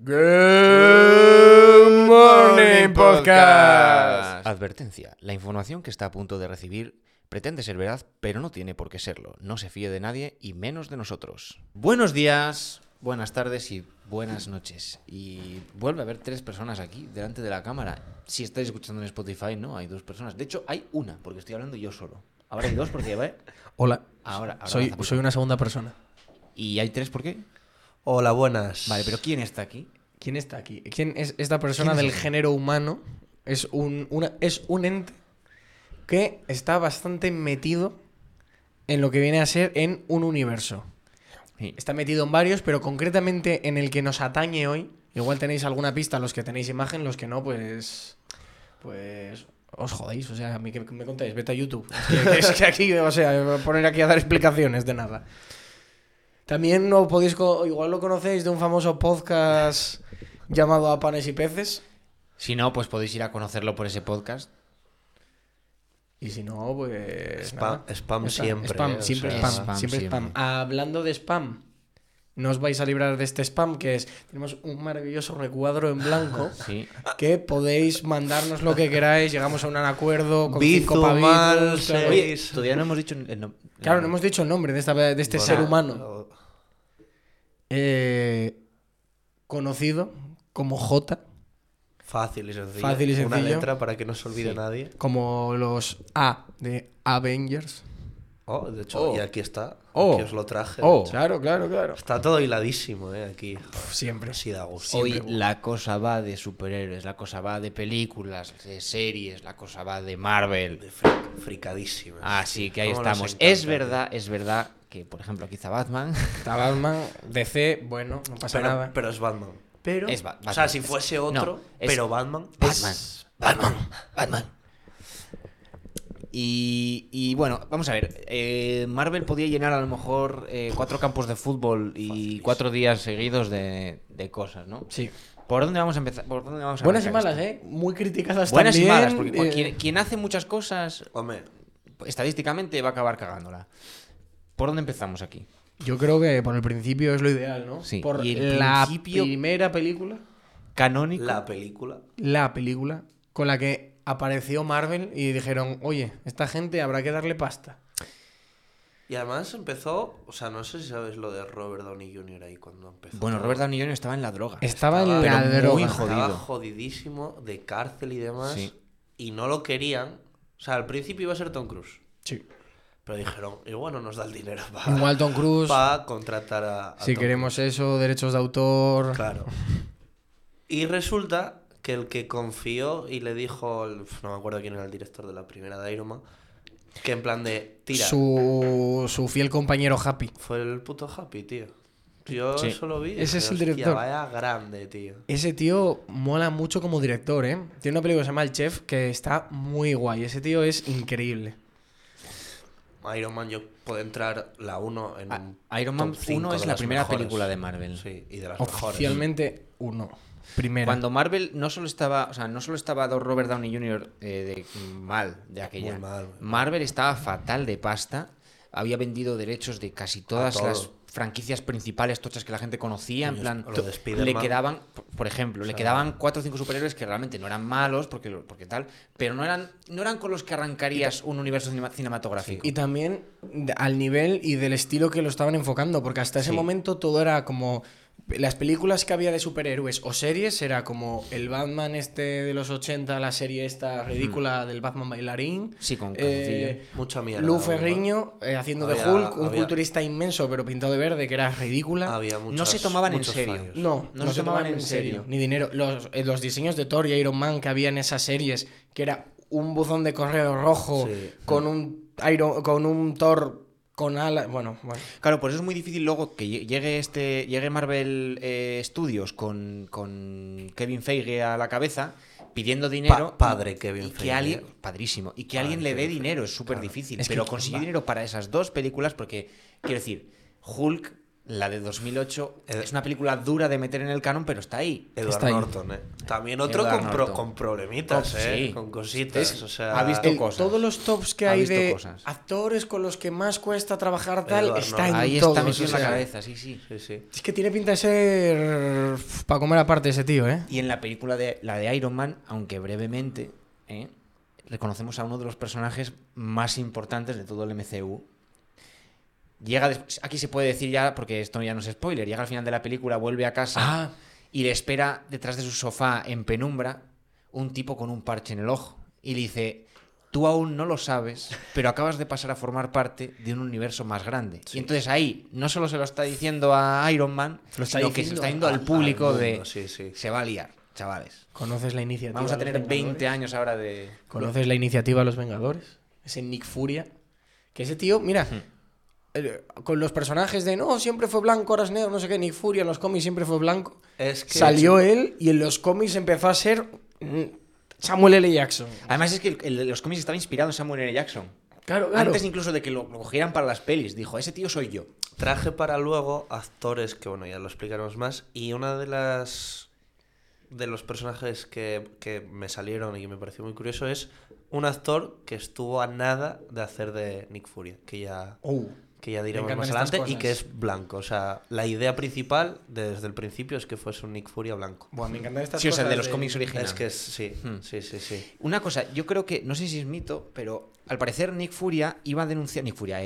Good Morning Podcast. Advertencia: la información que está a punto de recibir pretende ser verdad, pero no tiene por qué serlo. No se fíe de nadie y menos de nosotros. Buenos días, buenas tardes y buenas noches. Y vuelve a haber 3 personas aquí delante de la cámara. Si estáis escuchando en Spotify, no, hay 2 personas. De hecho, hay una, porque estoy hablando yo solo. Ahora hay 2 porque ya Hola. Ahora soy una segunda persona. ¿Y hay 3 por qué? Hola, buenas. Vale, pero ¿quién está aquí? ¿Quién está aquí? ¿Quién es esta persona del género humano? Es un ente que está bastante metido en lo que viene a ser en un universo. Sí. Está metido en varios, pero concretamente en el que nos atañe hoy. Igual tenéis alguna pista, los que tenéis imagen, los que no, pues os jodéis. O sea, a mí que me contáis, vete a YouTube. Es que aquí, o sea, poner aquí a dar explicaciones de nada. También lo podéis, igual lo conocéis de un famoso podcast llamado A Panes y Peces. Si no, pues podéis ir a conocerlo por ese podcast. Y si no, pues Spam siempre. Spam, siempre o sea, spam, siempre spam. Hablando de spam, no os vais a librar de este spam, que es, tenemos un maravilloso recuadro en blanco, Sí. que podéis mandarnos lo que queráis, llegamos a un acuerdo con Bizu, 5 pavitos. mal, Claro. Oye, todavía no hemos dicho el nombre. Claro, no hemos dicho el nombre de este ser humano. Conocido como J, Fácil y sencillo. Fácil y Una sencillo. letra para que no se olvide Sí. nadie. como los A de Avengers. Oh, de hecho, Oh. y aquí está. Oh. Aquí os lo traje. Oh, claro, claro, claro. Está todo hiladísimo, aquí. Siempre. Así da gusto. Hoy Siempre. la cosa va de superhéroes, la cosa va de películas, de series, la cosa va de Marvel. Fricadísimo. Así que ahí Cómo nos estamos. encanta, Es verdad que, por ejemplo, aquí está Batman. Está Batman, DC, bueno, no pasa nada. Pero es Batman. Pero, Es Batman. o sea, si fuese otro, No, es pero Batman. Batman. Y bueno, vamos a ver. Marvel podía llenar a lo mejor 4 campos de fútbol y 4 días seguidos de cosas, ¿no? Sí. ¿Por dónde vamos a empezar? ¿Por dónde vamos a Buenas y arrancar malas, esto? Muy criticadas Buenas también. y malas, porque quien hace muchas cosas, Hombre, estadísticamente va a acabar cagándola. ¿Por dónde empezamos aquí? Yo creo que por el principio es lo ideal, ¿no? Sí. Por Y el la principio- primera película, Canónico. la película. con la que apareció Marvel y dijeron, oye, esta gente habrá que darle pasta. Y además empezó, o sea, no sé si sabes lo de Robert Downey Jr. ahí cuando empezó. Bueno, todo. Robert Downey Jr. estaba en la droga. Estaba en Estaba- la pero muy droga. jodido. Estaba jodidísimo de cárcel y demás. Sí. Y no lo querían. O sea, al principio iba a ser Tom Cruise. Sí. Pero dijeron, igual no nos da el dinero Igual Tom Cruise, para contratar a si Tom queremos eso, derechos de autor. Cruise. Claro. Y resulta que el que confió y le dijo, no me acuerdo quién era el director de la primera de Iron Man, que en plan de, tira, Su fiel compañero Happy. fue el puto Happy, tío. Yo Sí. eso lo vi. y Ese dije, es el "Hostia, director". Vaya grande, tío. Ese tío mola mucho como director, ¿eh? Tiene una película que se llama El Chef que está muy guay. Ese tío es increíble. Iron Man yo puedo entrar la 1 en un Iron Man top 5 1 es de la las primera mejores. película de Marvel. Sí, y de las mejores. Oficialmente uno. Primera. Cuando Marvel no solo estaba Robert Downey Jr. Mal de aquella. Muy mal. Marvel estaba fatal de pasta. Había vendido derechos de casi todas todo. las franquicias principales tochas que la gente conocía. En Coño, plan, lo de Spider-Man. le quedaban, por ejemplo, le quedaban 4 o 5 superhéroes que realmente no eran malos, porque tal, pero no eran con los que arrancarías un universo cinematográfico. Y también al nivel y del estilo que lo estaban enfocando, porque hasta ese Sí. momento todo era como... Las películas que había de superhéroes o series era como el Batman este de los 80, la serie esta ridícula del Batman bailarín. Sí, con calzoncillo. Mucha mierda. Lu ¿verdad? Ferrigno haciendo de Había- Hulk, un había- culturista inmenso pero pintado de verde que era ridícula. Había No se tomaban en muchos serio. fallos. No se tomaban en serio. Ni dinero. Los diseños de Thor y Iron Man que había en esas series, que era un buzón de correo rojo Sí. con un Thor con alas. Bueno. Claro, por eso es muy difícil luego que llegue Marvel Studios con Kevin Feige a la cabeza pidiendo dinero. Padre Kevin y que Feige. alguien, padrísimo, y que alguien le dé dinero es súper difícil. Es que- Pero conseguir dinero para esas 2 películas, porque quiero decir, Hulk La de 2008 Ed- es una película dura de meter en el canon, pero está ahí. Edward Está ahí. Norton, También otro Edward con, Norton. con problemitas, Sí. Con cositas. O sea, ha visto cosas. Todos los tops que Ha hay visto de cosas. actores con los que más cuesta trabajar tal, Edward está Norton. en Ahí todos. está metido o en la sea, cabeza, sí, sí. Sí, sí. Es que tiene pinta de ser para comer aparte ese tío, ¿eh? Y en la película de la de Iron Man, aunque brevemente, reconocemos a uno de los personajes más importantes de todo el MCU. Aquí se puede decir ya, porque esto ya no es spoiler, llega al final de la película, vuelve a casa Ah, y le espera detrás de su sofá en penumbra un tipo con un parche en el ojo. Y le dice, tú aún no lo sabes, pero acabas de pasar a formar parte de un universo más grande. Sí. Y entonces ahí no solo se lo está diciendo a Iron Man, Lo está sino que se diciendo está diciendo al público al de... mundo, sí, sí. Se va a liar, chavales. ¿conoces la iniciativa? Vamos a de los tener 20 Vengadores? años ahora de... ¿Conoces la iniciativa de los Vengadores? Ese Nick Furia. Que ese tío, mira, con los personajes de no, siempre fue blanco, ahora es negro, no sé qué, Nick Furia en los cómics siempre fue blanco. Es que Salió él y en los cómics empezó a ser Samuel L. Jackson. Además es que el de los cómics estaba inspirado en Samuel L. Jackson. Claro, claro. Antes incluso de que lo cogieran para las pelis. Dijo, ese tío soy yo. traje para luego actores que, bueno, ya lo explicaremos más. Y una de las... de los personajes que me salieron y que me pareció muy curioso es un actor que estuvo a nada de hacer de Nick Fury, que ya diremos encantan más estas adelante, y cosas. que es blanco. O sea, la idea principal desde el principio es que fuese un Nick Fury blanco. Buah, me encantan estas Sí, o sea, cosas de los cómics originales. Es que sí, Hmm. sí. Una cosa, yo creo que, no sé si es mito, pero al parecer Nick Furia iba a denunciar... Nick Furia,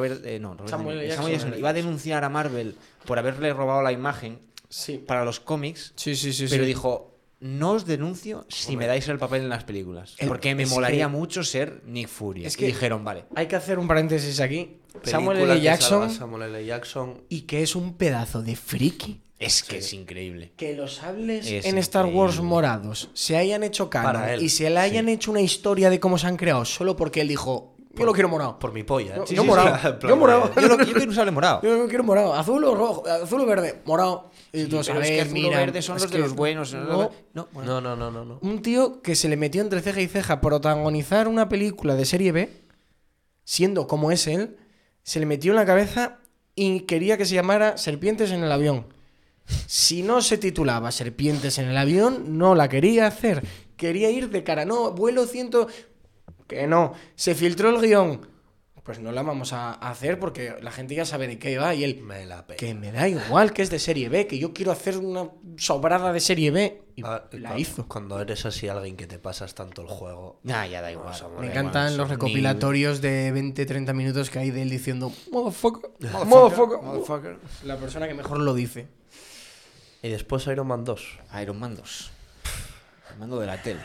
Samuel L. Samuel Jackson. iba a denunciar a Marvel por haberle robado la imagen Sí. para los cómics, Sí, pero sí. dijo... No os denuncio si me dais el papel en las películas. Porque me es molaría que- mucho ser Nick Fury. Es que- y dijeron, vale. Hay que hacer un paréntesis aquí. Samuel Película L. que salga Jackson Samuel L. Jackson. y que es un pedazo de friki. Es que es increíble. Que los sables Es en Star Wars increíble. morados se hayan hecho canon Para él, y se le hayan hecho una historia de cómo se han creado solo porque él dijo, yo lo quiero morado. Por mi polla. Yo- Sí, yo sí, morado. sí. En plan Yo morado. de- Yo quiero un sable morado. Yo lo quiero morado. Azul o rojo, azul o verde, morado. Y todos, Pero a es que ver, azul o mira, verde son es los de que los buenos. no. bueno. No. Un tío que se le metió entre ceja y ceja protagonizar una película de serie B, siendo como es él, se le metió en la cabeza y quería que se llamara Serpientes en el avión. Si no se titulaba Serpientes en el avión, no la quería hacer. Quería ir de cara. No, vuelo 100... Que no. Se filtró el guión. Pues no la vamos a hacer porque la gente ya sabe de qué va. Y él, Me la pela. que me da igual que es de serie B, que yo quiero hacer una sobrada de serie B. Y la hizo. Cuando eres así alguien que te pasas tanto el juego. Nah, ya da igual. Vamos a Me morir. encantan los Ni- recopilatorios de 20-30 minutos que hay de él diciendo Motherfucker, Motherfucker. motherfucker. La persona que mejor lo dice. Y después Iron Man 2. Iron Man 2. El mando de la tele.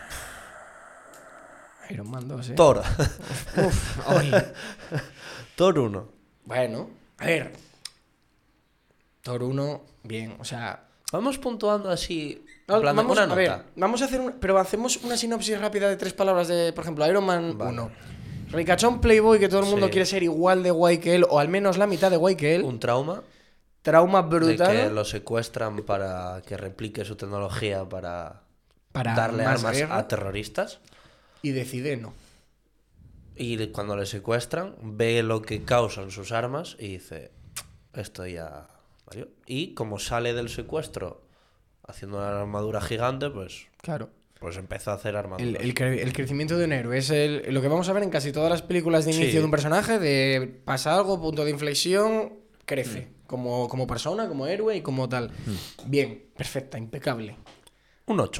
Iron Man 2, Thor. Ay, Thor 1. Bueno, a ver. Thor 1, bien, o sea... Vamos puntuando así. No, en plan de vamos, una a nota. ver, vamos a hacer pero hacemos una sinopsis rápida de 3 palabras de, por ejemplo, Iron Man Vale. 1. Ricachón Playboy que todo el mundo Sí. quiere ser igual de guay que él, o al menos la mitad de guay que él. Un trauma. Trauma De brutal que lo secuestran para que replique su tecnología para darle más armas guerra, a terroristas. y decide no. Y cuando le secuestran, ve lo que causan sus armas y dice: esto ya valió. Y como sale del secuestro haciendo una armadura gigante, pues Claro. empezó a hacer armaduras. El crecimiento de un héroe es lo que vamos a ver en casi todas las películas de inicio Sí. de un personaje, de pasa algo, punto de inflexión, crece. Como persona, como héroe y como tal. Bien, perfecta, impecable. Un 8.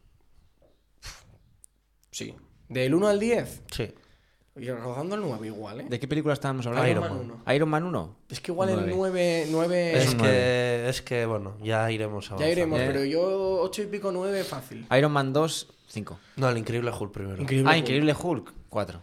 Sí. Del 1 al 10, Sí. y rozando el 9 igual, ¿eh? ¿de qué película estábamos hablando? Iron Man Man. 1. Iron Man 1. Es que igual el 9. 9 Es un que, bueno, ya iremos avanzando. ya iremos, ¿eh? pero yo 8 y pico 9 fácil. Iron Man 2, 5. No, el Increíble Hulk primero. Increíble. Increíble Hulk, 4.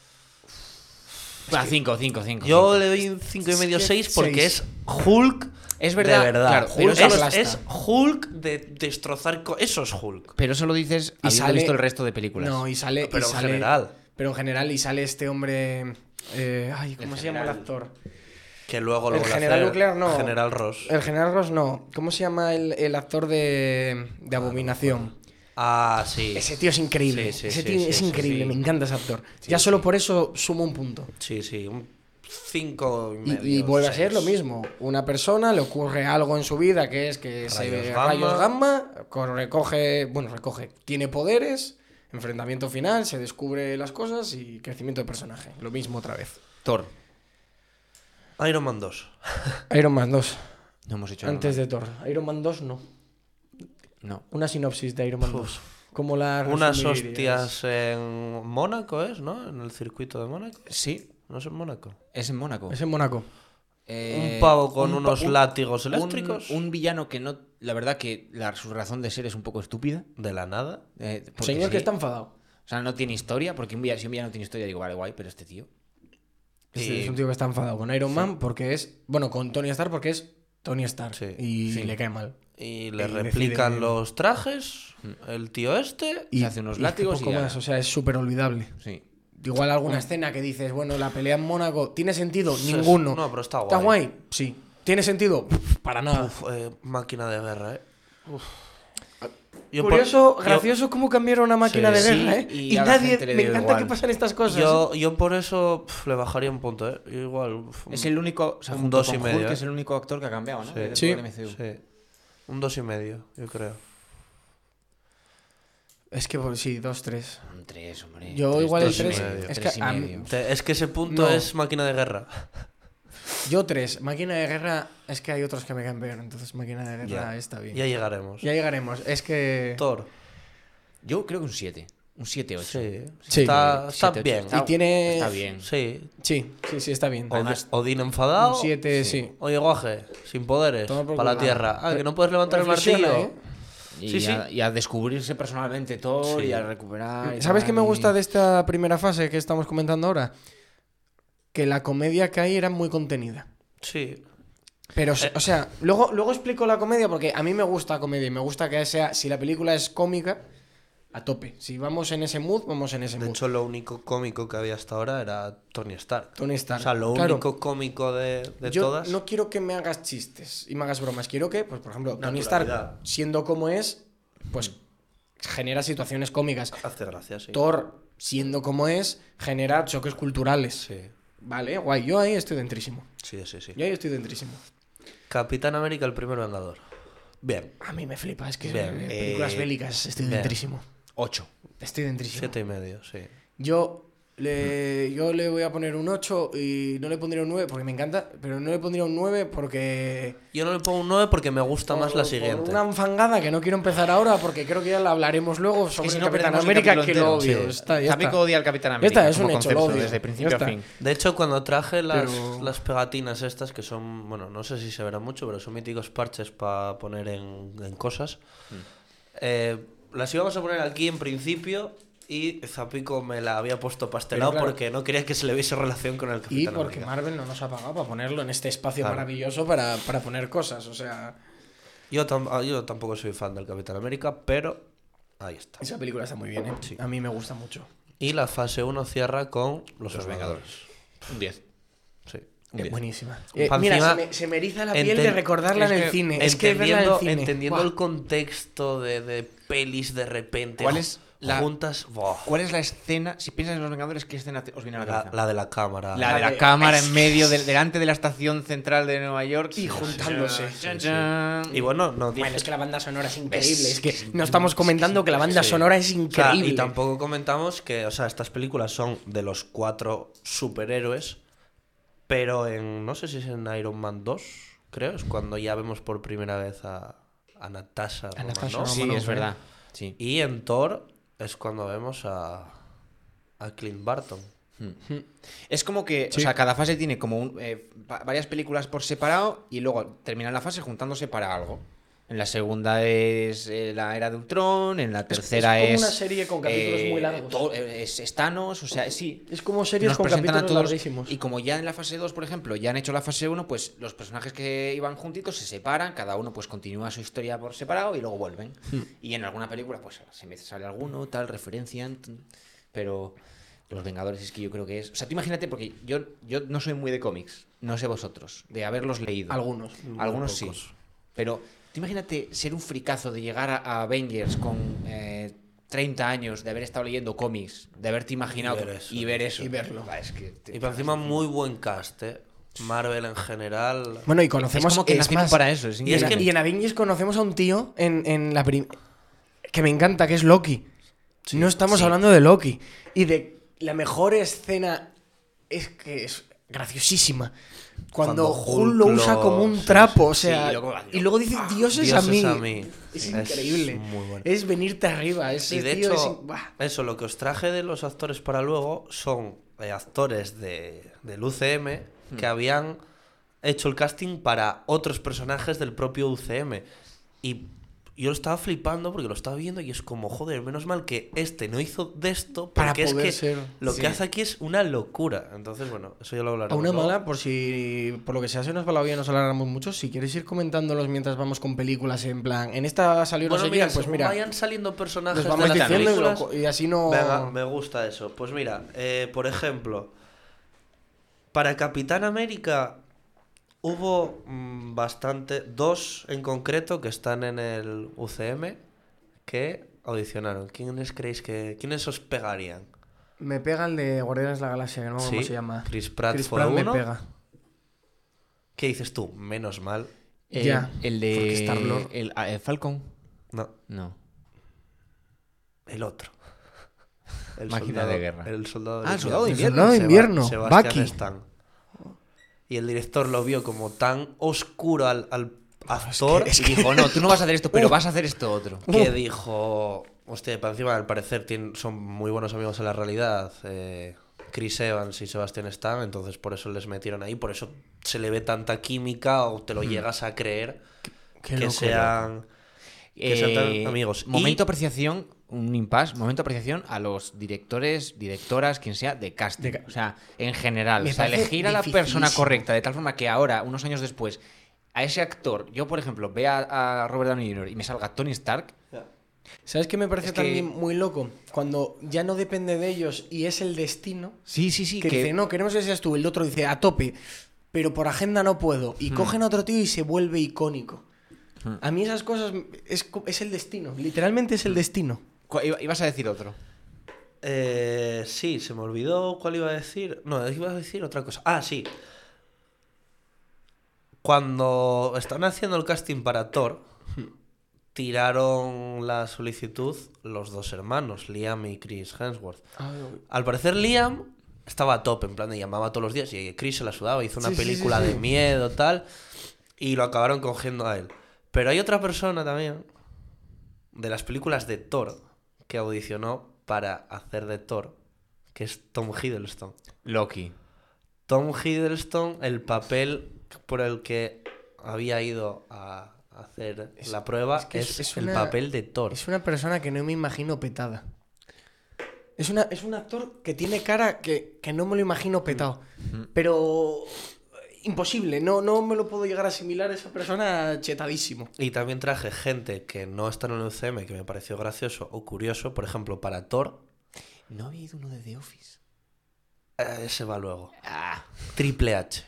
5. Yo le doy un 5,5, 6 porque seis. es Hulk. Es verdad, De verdad. claro, pero Hulk eso es, aplasta. es Hulk de destrozar. Eso es Hulk. Pero eso lo dices Y habiendo sale- visto el resto de películas. No, y sale. Pero y en sale- general. Pero en general, y sale este hombre. Ay, ¿cómo se llama el actor? Que luego lo El vuelve a general hacer nuclear no. General Ross. El general Ross no. ¿Cómo se llama el actor de Abominación? Ah, sí. Ese tío es increíble. Sí, sí, ese sí, tío sí, es sí, increíble. sí. Me encanta ese actor. Sí, ya solo sí. por eso sumo un punto. Sí, sí. Un 5 y medio. Y vuelve a ser 6. lo mismo. Una persona le ocurre algo en su vida que es que se ve rayos gamma, recoge, tiene poderes, enfrentamiento final, se descubre las cosas y crecimiento de personaje. Lo mismo otra vez. Thor. Iron Man 2. Iron Man 2. No hemos hecho Antes nada. de Thor. Iron Man 2 no. No. Una sinopsis de Iron Man 2. ¿Cómo la Unas resumirías? hostias en Mónaco, ¿es? ¿No? En el circuito de Mónaco. Sí, ¿No es en Mónaco? es en Mónaco. Es en Mónaco. Un pavo con unos látigos eléctricos. Un villano que no... La verdad que su razón de ser es un poco estúpida. De la nada. Porque Señor que sí. está enfadado. O sea, no tiene historia, porque si un villano tiene historia digo, vale, guay, pero este tío... Es un tío que está enfadado con Iron Man porque es... Bueno, con Tony Stark porque es Tony Stark. Sí. Y Sí. le cae mal. Y le Y replican decide- los trajes. El tío este. Se hace unos látigos poco y ya. más. O sea, es súper olvidable. Sí. Igual alguna escena que dices, bueno, la pelea en Mónaco, ¿tiene sentido? Sí, Ninguno. no, pero está ¿Está guay. guay? Sí. ¿Tiene sentido? Pff, para nada. Máquina de guerra, ¿eh? Curioso, gracioso cómo cambiaron una máquina Sí, de sí, guerra, ¿eh? y Y a la nadie... gente le Me dio encanta igual. que pasan estas cosas. Yo por eso le bajaría un punto, ¿eh? Igual. Es el único... O sea, un junto 2 y con medio, Hulk, ¿eh? es el único actor que ha cambiado, ¿no? Sí. De Sí. todo el MCU. Sí. Un 2,5, yo creo. Es que sí, 2-3. Un 3, hombre. Yo Tres, igual el tres y 3. medio, Es tres que y a mí- medio. Es que ese punto No. es máquina de guerra. Yo 3. Máquina de guerra. Es que hay otros que me caen peor. Entonces, máquina de guerra Ya. está bien. Ya llegaremos. Ya llegaremos. Es que. Thor. Yo creo que un 7. Un 7-8. Sí. Sí. Está 7, bien. Y tiene. Está bien. Sí. Sí, está bien. Además, Odín enfadado. 7, sí. Oye, guaje, sin poderes. Toma por Para la culo. tierra. Ah, que no puedes levantar el Reflexiona, martillo. ¿eh? Y, Sí, a, y a descubrirse personalmente Thor Sí. y a recuperar. y ¿Sabes tal, qué me y- gusta de esta primera fase que estamos comentando ahora? Que la comedia que hay era muy contenida. Sí. Pero, o sea, luego explico la comedia porque a mí me gusta la comedia y me gusta que sea, si la película es cómica, a tope. Si vamos en ese mood, vamos en ese De mood. hecho, lo único cómico que había hasta ahora era Tony Stark. Tony Stark. O sea, lo Claro, único cómico de yo todas. no quiero que me hagas chistes y me hagas bromas. Quiero que, pues, por ejemplo, Tony Naturalidad. Stark, siendo como es, pues genera situaciones cómicas. Hace gracia, sí. Thor, siendo como es, genera choques culturales. Sí. Vale, guay. Yo ahí estoy dentrísimo. Sí. Yo ahí estoy dentrísimo. Capitán América, el primer Vengador. Bien. A mí me flipa, es que Bien, películas bélicas estoy bien. dentrísimo. 8. Estoy dentrísimo. 7,5, sí. Yo le voy a poner un 8 y no le pondría un 9 porque me encanta, pero no le pondría un 9 porque... Yo no le pongo un 9 porque me gusta más la por siguiente. una enfangada que no quiero empezar ahora porque creo que ya la hablaremos luego sobre si el no, Capitán perdemos el América, capítulo que lo entero. odio. Sí. Está, ya También está. odia al Capitán Ya América. está, es como un hecho, concepto, lo odio. desde principio Ya a está. fin. De hecho, cuando traje Pero- las pegatinas estas, que son, bueno, no sé si se verán mucho, pero son míticos parches para poner en cosas, las íbamos a poner aquí en principio y Zapico me la había puesto pastelado Pero claro. porque no quería que se le viese relación con el Y Capitán porque América. Marvel no nos ha pagado para ponerlo en este espacio Claro. maravilloso para poner cosas. O sea, Yo tampoco soy fan del Capitán América, pero ahí está. esa película está muy bien, ¿eh? Sí. A mí me gusta mucho. Y la fase 1 cierra con Los Los Vengadores. Un 10. Sí. Un 10. Buenísima. Pa' Mira, encima, se me eriza la piel de recordarla es en el que cine. Es que verla en el cine. entendiendo Buah. el contexto de pelis de repente ¿Cuál es la- juntas, ¡buah! ¿Cuál es la escena? Si piensas en Los Vengadores, ¿qué escena os viene a la cabeza? La de la cámara. La de La la de- cámara en medio, delante de la estación central de Nueva York. Y juntándose. Chan, chan. Y bueno, no dije- Bueno, es que la banda sonora es increíble. Es que no estamos comentando que la banda sonora es o sea, increíble. y tampoco comentamos que, o sea, estas películas son de los 4 superhéroes, pero no sé si es en Iron Man 2, creo, es cuando ya vemos por primera vez a Natasha. Natasha Romanoff. Sí, Romanoff, es verdad. Sí. Y en Thor es cuando vemos a Clint Barton. Es como que, Sí. o sea, cada fase tiene como varias películas por separado y luego terminan la fase juntándose para algo. En la segunda es la era de Ultron, en la tercera es es... como una serie con capítulos muy largos. Es Thanos, o sea, sí. Es como series Nos con presentan capítulos a todos larguísimos. y como ya en la fase 2, por ejemplo, ya han hecho la fase 1, pues los personajes que iban juntitos se separan, cada uno pues continúa su historia por separado y luego vuelven. Y en alguna película pues se me sale alguno, tal, referencian, pero Los Vengadores es que yo creo que es... O sea, tú imagínate, porque yo no soy muy de cómics, no sé vosotros, de haberlos leído. Algunos. Algunos sí. pocos. Pero tú imagínate ser un fricazo de llegar a Avengers con 30 años de haber estado leyendo cómics, de haberte imaginado y ver eso. Y verlo. Es que Y por encima muy buen cast, ¿eh? Marvel en general. Bueno, y es conocemos... como que es nacieron más, para eso. Es y es increíble. que- Y en Avengers conocemos a un tío que me encanta, que es Loki. Sí, No estamos sí. hablando de Loki. Y de la mejor escena es que es graciosísima. Cuando Hulk lo usa como un sí, trapo, o sí, sea, y y luego dice dioses a Dioses mí. a mí. Es Es increíble. muy bueno. Es venirte arriba. Ese Y de tío hecho, es... Buah. eso, lo que os traje de los actores para luego son actores del UCM que habían hecho el casting para otros personajes del propio UCM. Y yo lo estaba flipando porque lo estaba viendo y es como, joder, menos mal que este no hizo de esto, Para porque es poder que ser- lo sí. que hace aquí es una locura. Entonces, bueno, eso ya lo A hablaremos. una luego. mala, por si por lo que sea se nos va la vida y nos alargamos mucho, si quieres ir comentándolos mientras vamos con películas en plan, en esta salió no Bueno, sé mira, quién, pues según mira, vayan saliendo personajes los vamos de las diciendo películas, y así no... venga, me gusta eso. Pues mira, por ejemplo, para Capitán América hubo dos en concreto que están en el UCM que audicionaron. ¿Quiénes os pegarían? Me pega el de Guardianes de la Galaxia, que no me acuerdo cómo se llama. Chris Pratt Chris fue Pratt me uno. pega. ¿Qué dices tú? Menos mal. Ya, El porque de Star-Lord. el Falcon. No, No. el otro. El Máquina de guerra. El soldado Ah, el soldado de El invierno. soldado de invierno, Sebastián Bucky. Stan. Y el director lo vio como tan oscuro al actor Y dijo, no, tú no vas a hacer esto, pero vas a hacer esto otro. que dijo, hostia, para encima al parecer son muy buenos amigos en la realidad, Chris Evans y Sebastian Stan, entonces por eso les metieron ahí, por eso se le ve tanta química o te lo llegas a creer Qué que loco, sean tan amigos. Momento Y- apreciación, un impasse, momento apreciación a los directores, directoras, quien sea, de casting. O sea, en general. Me O sea, parece elegir a la persona dificilísimo. correcta, de tal forma que ahora, unos años después, a ese actor, yo por ejemplo, vea a Robert Downey Jr. y me salga Tony Stark, ¿Sabes qué me parece Es que- también muy loco? Cuando ya no depende de ellos y es el destino, sí, que dice, no, queremos que seas tú, el otro dice, a tope, pero por agenda no puedo. Y cogen a otro tío y se vuelve icónico. A mí esas cosas es el destino, literalmente es el destino. Ibas a decir otro. Sí, se me olvidó cuál iba a decir. No, iba a decir otra cosa. Ah, sí. Cuando estaban haciendo el casting para Thor, tiraron la solicitud los dos hermanos, Liam y Chris Hemsworth. Al parecer Liam estaba a tope, en plan de llamaba todos los días y Chris se la sudaba, hizo una Sí, sí, película sí, sí. de miedo, tal, y lo acabaron cogiendo a él. Pero hay otra persona también, de las películas de Thor, que audicionó para hacer de Thor, que es Tom Hiddleston. Loki. Tom Hiddleston, el papel por el que había ido a hacer la prueba es que es el una- papel de Thor. Es una persona que no me imagino petada. Es un actor que tiene cara que no me lo imagino petado. Pero imposible, no me lo puedo llegar a asimilar a esa persona chetadísimo. Y también traje gente que no está en el UCM, que me pareció gracioso o curioso. Por ejemplo, para Thor, ¿No había ido uno de The Office? ese va luego. Ah, Triple H.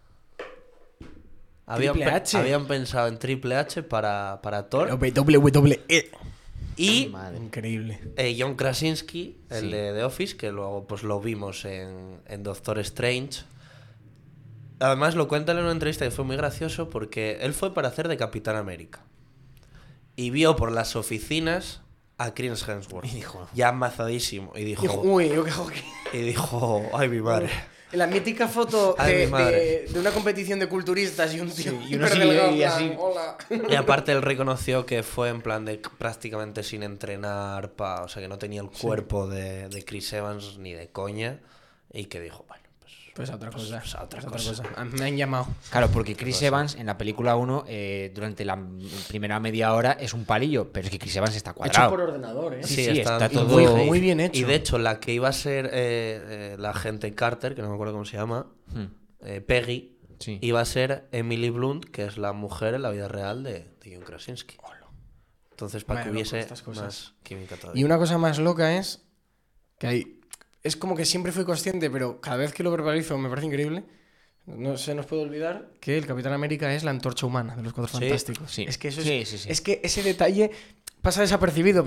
Triple H. Habían pensado en Triple H para Thor. WWE. Y madre. Increíble. John Krasinski, el Sí. de The Office, que luego pues lo vimos en Doctor Strange. Además lo cuenta en una entrevista y fue muy gracioso porque él fue para hacer de Capitán América. Y vio por las oficinas a Chris Hemsworth. Y dijo- Ya amazadísimo. Y Dijo, dijo, uy, yo qué joder. ay mi madre. La mítica foto Ay, mi madre. de una competición de culturistas y un tío y uno hiper así, delgado, y en plan, así. hola. Y aparte él reconoció que fue en plan de prácticamente sin entrenar, o sea que no tenía el cuerpo de Chris Evans ni de coña. Y que dijo, bueno, Pues a otra cosa. pues a otra pues cosa. A mí me han llamado. Claro, porque Chris Evans en la película 1, durante la primera media hora, es un palillo, pero es que Chris Evans está Hecho cuadrado. por ordenador, ¿eh? Sí, está está todo muy bien hecho. Y de hecho, la que iba a ser la agente Carter, que no me acuerdo cómo se llama, Peggy, Sí. iba a ser Emily Blunt, que es la mujer en la vida real de John Krasinski. Entonces, para Vaya que loco hubiese estas cosas. más química todavía. Y una cosa más loca es que hay... Es como que siempre fui consciente, pero cada vez que lo verbalizo me parece increíble. No se nos puede olvidar que el Capitán América es la antorcha humana de los Cuatro Sí, Fantásticos. sí. Es que eso Sí, es, sí, sí. es que ese detalle pasa desapercibido, pero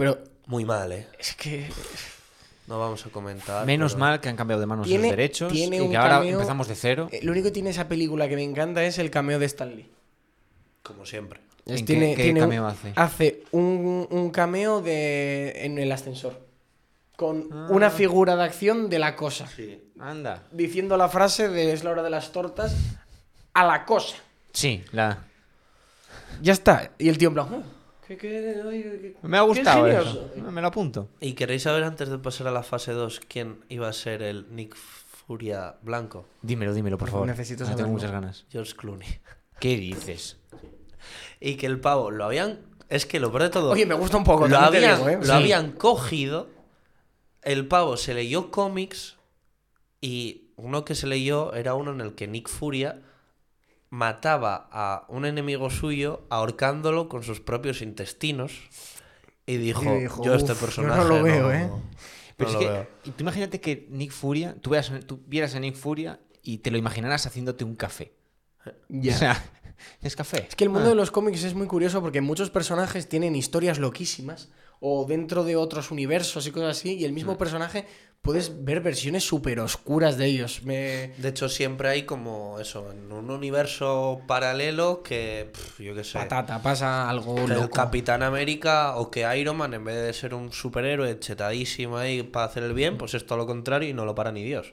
Muy mal, ¿eh? Es que No vamos a comentar. Menos pero- mal que han cambiado de manos Tiene- los derechos tiene y un que ahora cameo- empezamos de cero. lo único que tiene esa película que me encanta es el cameo de Stan Lee. Como siempre. ¿En Tiene- qué tiene un- cameo hace? Hace un cameo en el ascensor. Con una figura de acción de la cosa. Sí. Anda. Diciendo la frase de es la hora de las tortas a la cosa. Sí, Ya está. Y el tío en plan... me ha gustado qué eso. genioso. Me lo apunto. ¿Y queréis saber antes de pasar a la fase 2 quién iba a ser el Nick Furia blanco? Dímelo, por favor. Necesito Ahora saberlo. tengo muchas ganas. George Clooney. ¿Qué dices? Y que el pavo lo habían... Es que lo peor de todo... Oye, me gusta un poco. lo también te habían, digo, ¿eh? lo Sí. habían cogido, el pavo se leyó cómics y uno que se leyó era uno en el que Nick Furia mataba a un enemigo suyo ahorcándolo con sus propios intestinos y dijo, Y dijo, yo este "Uf, personaje yo no lo veo, ¿eh". Pero no es lo que, veo. y tú imagínate que Nick Furia, tú vieras a Nick Furia y te lo imaginaras haciéndote un café. Ya. O sea, es café. Es que el mundo de los cómics es muy curioso porque muchos personajes tienen historias loquísimas o dentro de otros universos y cosas así, y el mismo personaje puedes ver versiones súper oscuras de ellos. De hecho, siempre hay como eso, en un universo paralelo que, yo qué sé, Patata, pasa algo que el loco. Capitán América o que Iron Man, en vez de ser un superhéroe chetadísimo ahí para hacer el bien, pues es todo lo contrario y no lo para ni Dios.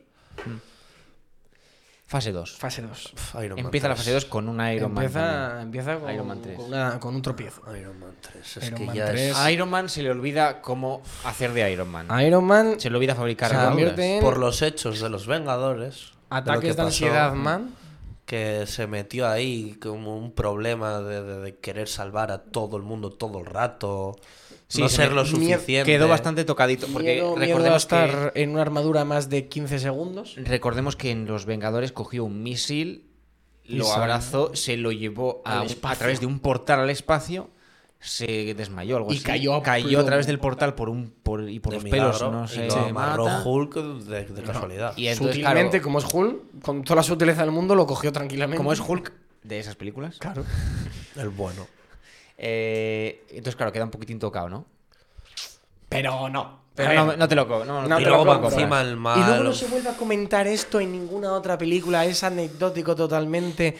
Fase 2. Fase 2. Iron Man Empieza la 3. fase 2 con un Iron Man. Empieza con, Iron Man 3. con un tropiezo. Iron Man 3. Es Iron que Man ya 3. es... A Iron Man se le olvida cómo hacer de Iron Man. Iron Man Se le olvida fabricar se armaduras. convierte en Por los hechos de los Vengadores. de lo que ataques de pasó, ansiedad, man. Que se metió ahí como un problema de querer salvar a todo el mundo todo el rato. Sí, no se ser me- lo suficiente. Quedó bastante tocadito. Porque Miedo a recordemos estar en una armadura más de 15 segundos. recordemos que en Los Vengadores cogió un misil, Y lo sal- abrazó, se lo llevó al a espacio. través de un portal al espacio, se desmayó algo Y así. cayó a a plomo. través del portal por de los milagro, pelos, no y sé. lo amarró mata. Hulk de casualidad. Y entonces, Sutilmente, claro, como es Hulk, con toda la sutileza del mundo, lo cogió tranquilamente. como es Hulk de esas películas. Claro. El bueno. Entonces, claro, queda un poquitín tocado, ¿no? Pero no. Pero A no, ver, no te lo co- no, No Y te luego lo va compro. encima el mal. Y luego no se vuelve a comentar esto en ninguna otra película. Es anecdótico totalmente.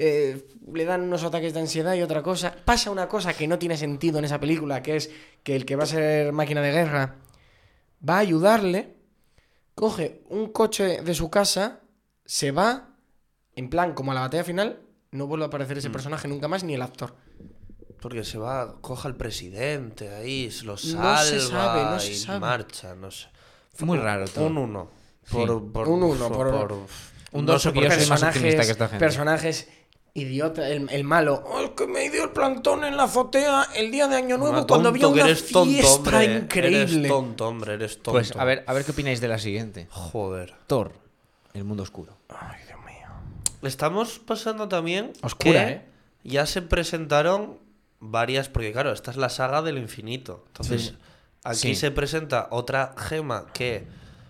Le dan unos ataques de ansiedad y otra cosa. Pasa una cosa que no tiene sentido en esa película, que es que el que va a ser máquina de guerra va a ayudarle, coge un coche de su casa, se va, en plan como a la batalla final, no vuelve a aparecer ese personaje nunca más, ni el actor. Porque se va, coja al presidente ahí, se lo No salva se sabe, no se y sabe. marcha, no sé. Fue muy raro todo. Un 1. Sí. Por Un 1 por- Un no 2 sé porque por yo qué. soy más optimista que esta gente. Personajes idiota, el malo. Oh, es que me dio el plantón en la azotea el día de Año Nuevo Ah, cuando tonto, había que una eres tonto, fiesta hombre. increíble. Eres tonto, hombre, eres tonto. Pues a ver qué opináis de la siguiente. Joder. Thor, el mundo oscuro. Ay, Dios mío. Estamos pasando también Oscura, que ¿eh? ya se presentaron varias, porque claro, esta es la saga del infinito. Entonces, Sí. aquí Sí. se presenta otra gema que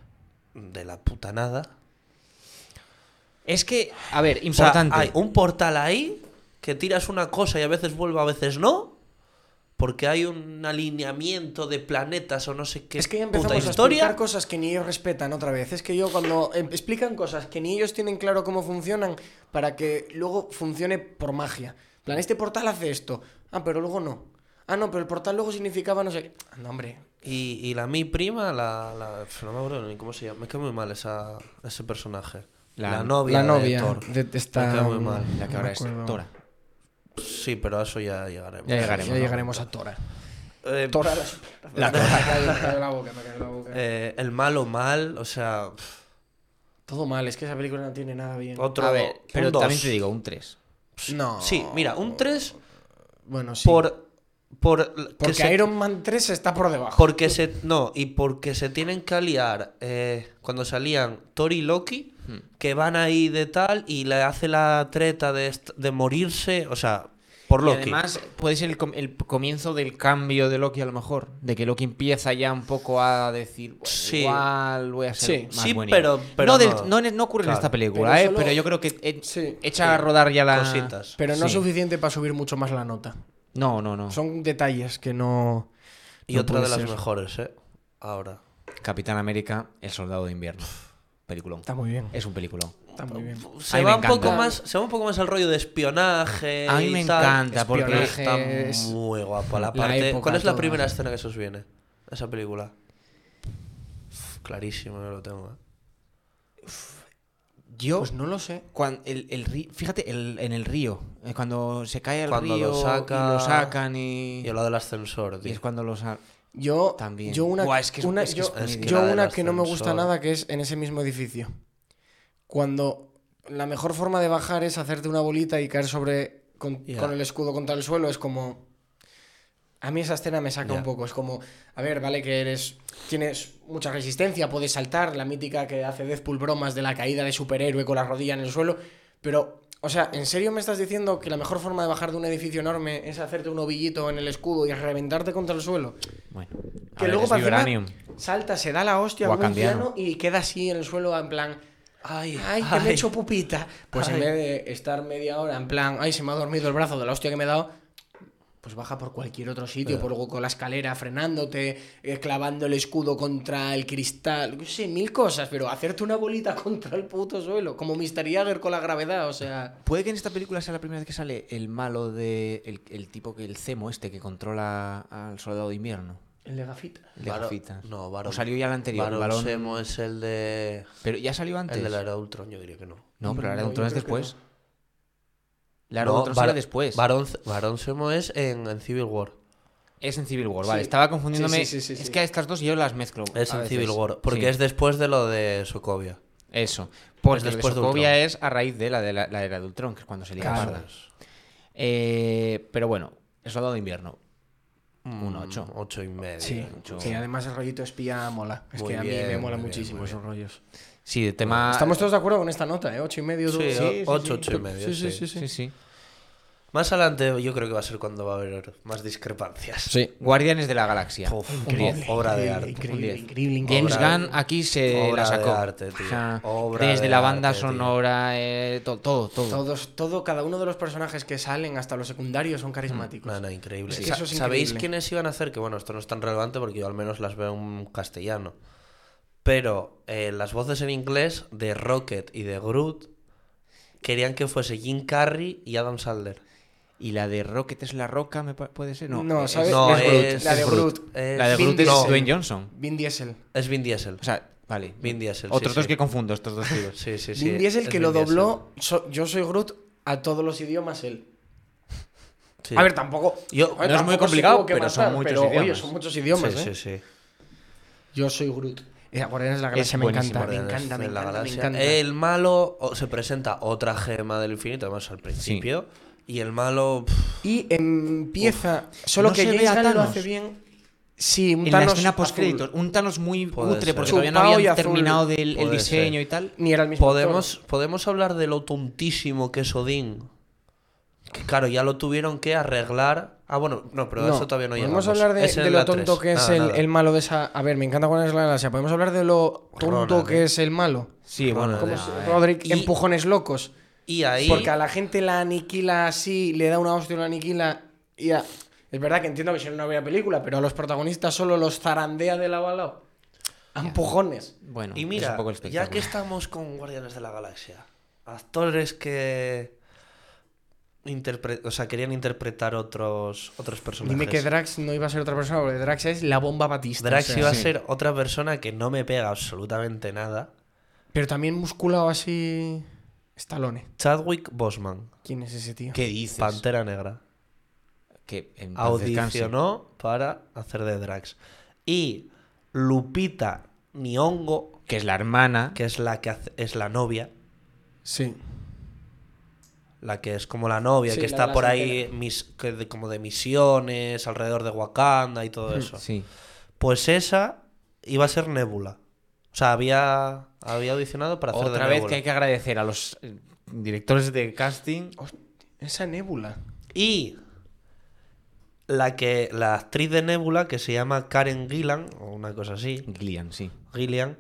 de la puta nada. Es que, a ver, O sea, importante. hay un portal ahí que tiras una cosa y a veces vuelve, a veces no. Porque hay un alineamiento de planetas o no sé qué Es que ya puta empezamos a historia. explicar cosas que ni ellos respetan otra vez. Es que yo cuando explican cosas que ni ellos tienen claro cómo funcionan para que luego funcione por magia. En plan, este portal hace esto. Ah, pero luego no. Ah, no, pero el portal luego significaba no sé qué. Anda, hombre. Y la mi prima, no me acuerdo ni cómo se llama. Me cae muy mal ese personaje. La novia. La novia de Thor. de esta... Me cae muy mal. La que no ahora me es acuerdo. Tora. Sí, pero a eso ya llegaremos. Ya llegaremos. Ya llegaremos a Tora. Eh, Tora La Me cae la boca, me cae la boca. el malo mal, o sea, Todo mal, es que esa película no tiene nada bien. otro. A ver, pero un 2. también te digo, un 3. No. Sí, mira, un 3 Bueno, sí. porque Porque Iron Man 3 está por debajo. porque se no, y porque se tienen que aliar cuando salían Thor y Loki, que van ahí de tal y le hace la treta de morirse, o sea, por Y Loki. además puede ser el comienzo del cambio de Loki a lo mejor. De que Loki empieza ya un poco a decir, bueno, Sí. igual voy a ser Sí, más sí, buenillo. pero no ocurre en Claro. esta película, Pero solo- pero yo creo que Sí, echa a rodar ya la... cositas. Pero no es Sí. suficiente para subir mucho más la nota. No. Son detalles que no Y No otra de puede las ser. mejores, ahora. Capitán América, El Soldado de Invierno. Peliculón. Está muy bien. Es un peliculón. Está muy bien. Se A mí va me un poco encanta. más, se va un poco más al rollo de espionaje. A mí y me tal. encanta porque Espionaje. Está muy guapo. La La parte, época ¿cuál es la toda. primera escena que se os viene? Esa película. Clarísimo, no lo tengo. yo, Pues no lo sé. fíjate, en el río, cuando se cae el Cuando río lo saca- y lo sacan y Y lo del ascensor, y tío. es cuando lo sacan. Yo, También. yo una, Buah, es que es- una, es que yo, es comedia. Es que yo la del una que no me gusta ascensor. nada, que es en ese mismo edificio. Cuando la mejor forma de bajar es hacerte una bolita y caer con Ya. el escudo contra el suelo, es como... A mí esa escena me saca Ya. un poco. Es como, a ver, vale que tienes mucha resistencia, puedes saltar, la mítica que hace Deadpool bromas de la caída de superhéroe con la rodilla en el suelo, pero... O sea, ¿en serio me estás diciendo que la mejor forma de bajar de un edificio enorme es hacerte un ovillito en el escudo y reventarte contra el suelo? Bueno, a Que ver, luego es para encima vibranium. salta, se da la hostia con un Wakandiano. piano y queda así en el suelo en plan... Ay, ¡Ay, que me he hecho pupita! Pues en Ay. vez de estar media hora en plan... ¡Ay, se me ha dormido el brazo de la hostia que me he dado! Pues baja por cualquier otro sitio, con la escalera frenándote, clavando el escudo contra el cristal, no sé, mil cosas, pero hacerte una bolita contra el puto suelo, como Mr. Jagger con la gravedad, o sea... Puede que en esta película sea la primera vez que sale el malo de el tipo que el Zemo que controla al Soldado de Invierno. El de gafitas. El de gafitas. No, Barón. O salió ya el anterior. Barón Balón- Semo es el de... Pero ya salió antes. El de la era de Ultron, yo diría que no. No, pero la era de No, Ultron yo es creo que después. La era de No, Ultron sale después. Barón Semo es en Civil War. Es en Civil War, vale. Sí. Estaba confundiéndome. Sí. Es que a estas dos yo las mezclo. Es a en veces. Civil War. Porque Sí. es después de lo de Sokovia. Eso. Porque Es lo de después de Sokovia Ultron. es a raíz de la era de Ultron, que es cuando se lía Claro. parda. Pero bueno, el Soldado de Invierno. Un 8. 8,5. Sí, Mucho. sí, además el rollito espía mola. Es Muy que a mí bien, me mola muy bien, muchísimo muy esos rollos. Sí, de tema. Estamos todos de acuerdo con esta nota, ¿eh? 8,5. Sí, 8,5. Sí. Sí, sí. Más adelante yo creo que va a ser cuando va a haber más discrepancias. Sí. Guardianes de la Galaxia. Uf, Increíble. obra de arte. Increíble. James Obra- Gunn aquí se obra la de sacó. arte, tío. O sea, Obra desde de la banda arte, tío. sonora, todo. Cada uno de los personajes que salen, hasta los secundarios, son carismáticos. Nada, increíble. Es que Sa- eso es ¿Sabéis increíble. quiénes iban a hacer? Que bueno, esto no es tan relevante porque yo al menos las veo en castellano. Pero las voces en inglés de Rocket y de Groot querían que fuese Jim Carrey y Adam Sandler. Y la de Rocket es la roca, puede ser. No, ¿sabes? no, Es es- la de es Groot. La de Vin Groot es Diesel. Dwayne Johnson. Vin Diesel. Es Vin Diesel. O sea, vale. Vin Diesel. Otros sí, dos sí. que confundo, estos dos tíos. Sí, sí, sí. Vin Diesel es que Vin lo Diesel. dobló Yo soy Groot a todos los idiomas él. Sí. A ver, tampoco. Yo- a ver, no es muy tampoco se complicado, tuvo que pero son muchos Oye, idiomas. son muchos idiomas, sí, ¿eh? sí, sí. Yo soy Groot. Guardianes de la Galaxia me buenísimo, encanta, me Guardianes encanta, me de la encanta, me Galaxia. encanta. El malo se presenta otra gema del infinito, además al principio. Y el malo. Y empieza. Solo ¿No que se ve James a Gunn lo Thanos? hace bien. Sí, un En la Thanos escena azul. post-créditos. Un Thanos muy Puede cutre ser. porque todavía no Chupao y habían azul. terminado el Puede diseño ser. y tal. Ni era el mismo. Podemos hablar de lo tontísimo que es Odín. Que claro, ya lo tuvieron que arreglar. Ah, bueno, no, pero de eso todavía no llegamos. Podemos hablar Es en de lo la tonto 3. que es Nada, nada. el malo de esa. A ver, me encanta Guardianes de la Galaxia. Podemos hablar de lo tonto Ronan, que es el malo. Sí, bueno. Como Roderick, Y- empujones locos. Y ahí. Porque a la gente la aniquila así, le da una hostia y la aniquila. Y es verdad que entiendo que si no una buena película, pero a los protagonistas solo los zarandea de lado a lado. A empujones. Bueno, Y es mira, un poco el ya espectáculo. que estamos con Guardianes de la Galaxia, actores que. O sea, querían interpretar otros personajes. Dime que Drax no iba a ser otra persona, porque Drax es la bomba Batista. Drax o sea, iba a sí. ser otra persona que no me pega absolutamente nada. Pero también musculado así. Stallone. Chadwick Boseman, ¿Quién es ese tío? ¿Qué dices? Pantera Negra. Que en paz descanse. Audicionó para hacer de Drax. Y Lupita Nyong'o, Que es la hermana. que es la que es la novia, Sí. la que es como la novia, Sí, que la está de por la ahí como de misiones alrededor de Wakanda y todo eso. Sí. Pues esa iba a ser Nebula. O sea, había audicionado para hacer Otra de vez Nebula. que hay que agradecer a los directores de casting. Esa Nebula. Y la actriz de Nebula, que se llama Karen Gillan, o una cosa así, Gillian, sí. Gillian,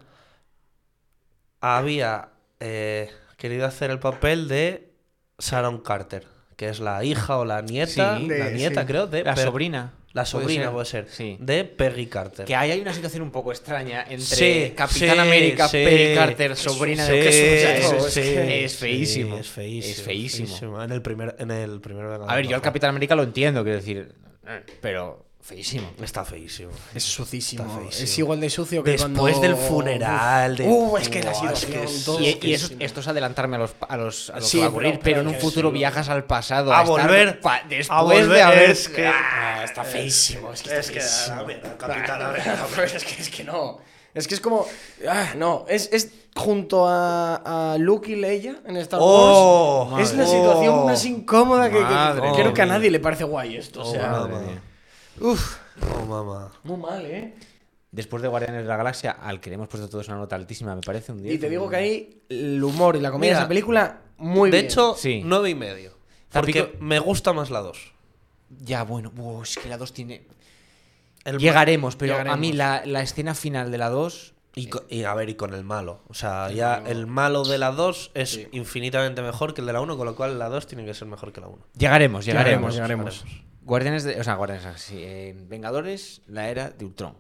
había querido hacer el papel de Sharon Carter, que es la hija o la nieta, Sí, la nieta sí. creo, de La sobrina. La sobrina ser, puede ser. sí. De Peggy Carter. Que ahí hay una situación un poco extraña entre Sí, Capitán sí, América, sí. Peggy Carter, sobrina de... Sí, Eso sí, es feísimo. sí, es feísimo. Es feísimo. En el primer Vengador A ver, yo al mejor. Capitán América lo entiendo, quiero decir, pero feísimo. Está feísimo. Es sucísimo. Está feísimo. Es igual de sucio que Después cuando... del funeral. Es que la Buah, situación, es todo. Y esto es adelantarme a lo Sí, que va a ocurrir, pero en un que futuro sí. viajas al pasado. A estar volver. después A volver, de haber... es que- Está feísimo. Es que está feísimo. Capitán Pero es que no. Es que es como... no, es junto a Luke y Leia en Star Oh, Wars. Es la madre. situación más incómoda que Madre creo que a mía. nadie le parece guay esto. O sea, madre mía. uf, Oh, mamá. muy mal, ¿eh? Después de Guardianes de la Galaxia, al que le hemos puesto todos una nota altísima, me parece un 10. Y te digo que ahí el humor y la comedia de Mira, esa película, muy De bien. hecho, Sí. 9,5. Porque Tampico- me gusta más la 2. Ya, bueno, es que la 2 tiene... El Llegaremos, pero Llegaremos. a mí la escena final de la 2... Y a ver, y con el malo. O sea, ya el malo de la 2 es Sí. infinitamente mejor que el de la 1, con lo cual la 2 tiene que ser mejor que la 1. Llegaremos. Llegaremos. Guardianes de... O sea, Guardianes, sí. Vengadores, la era de Ultron.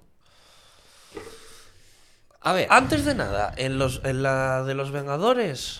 A ver. Antes de nada, en la de los Vengadores,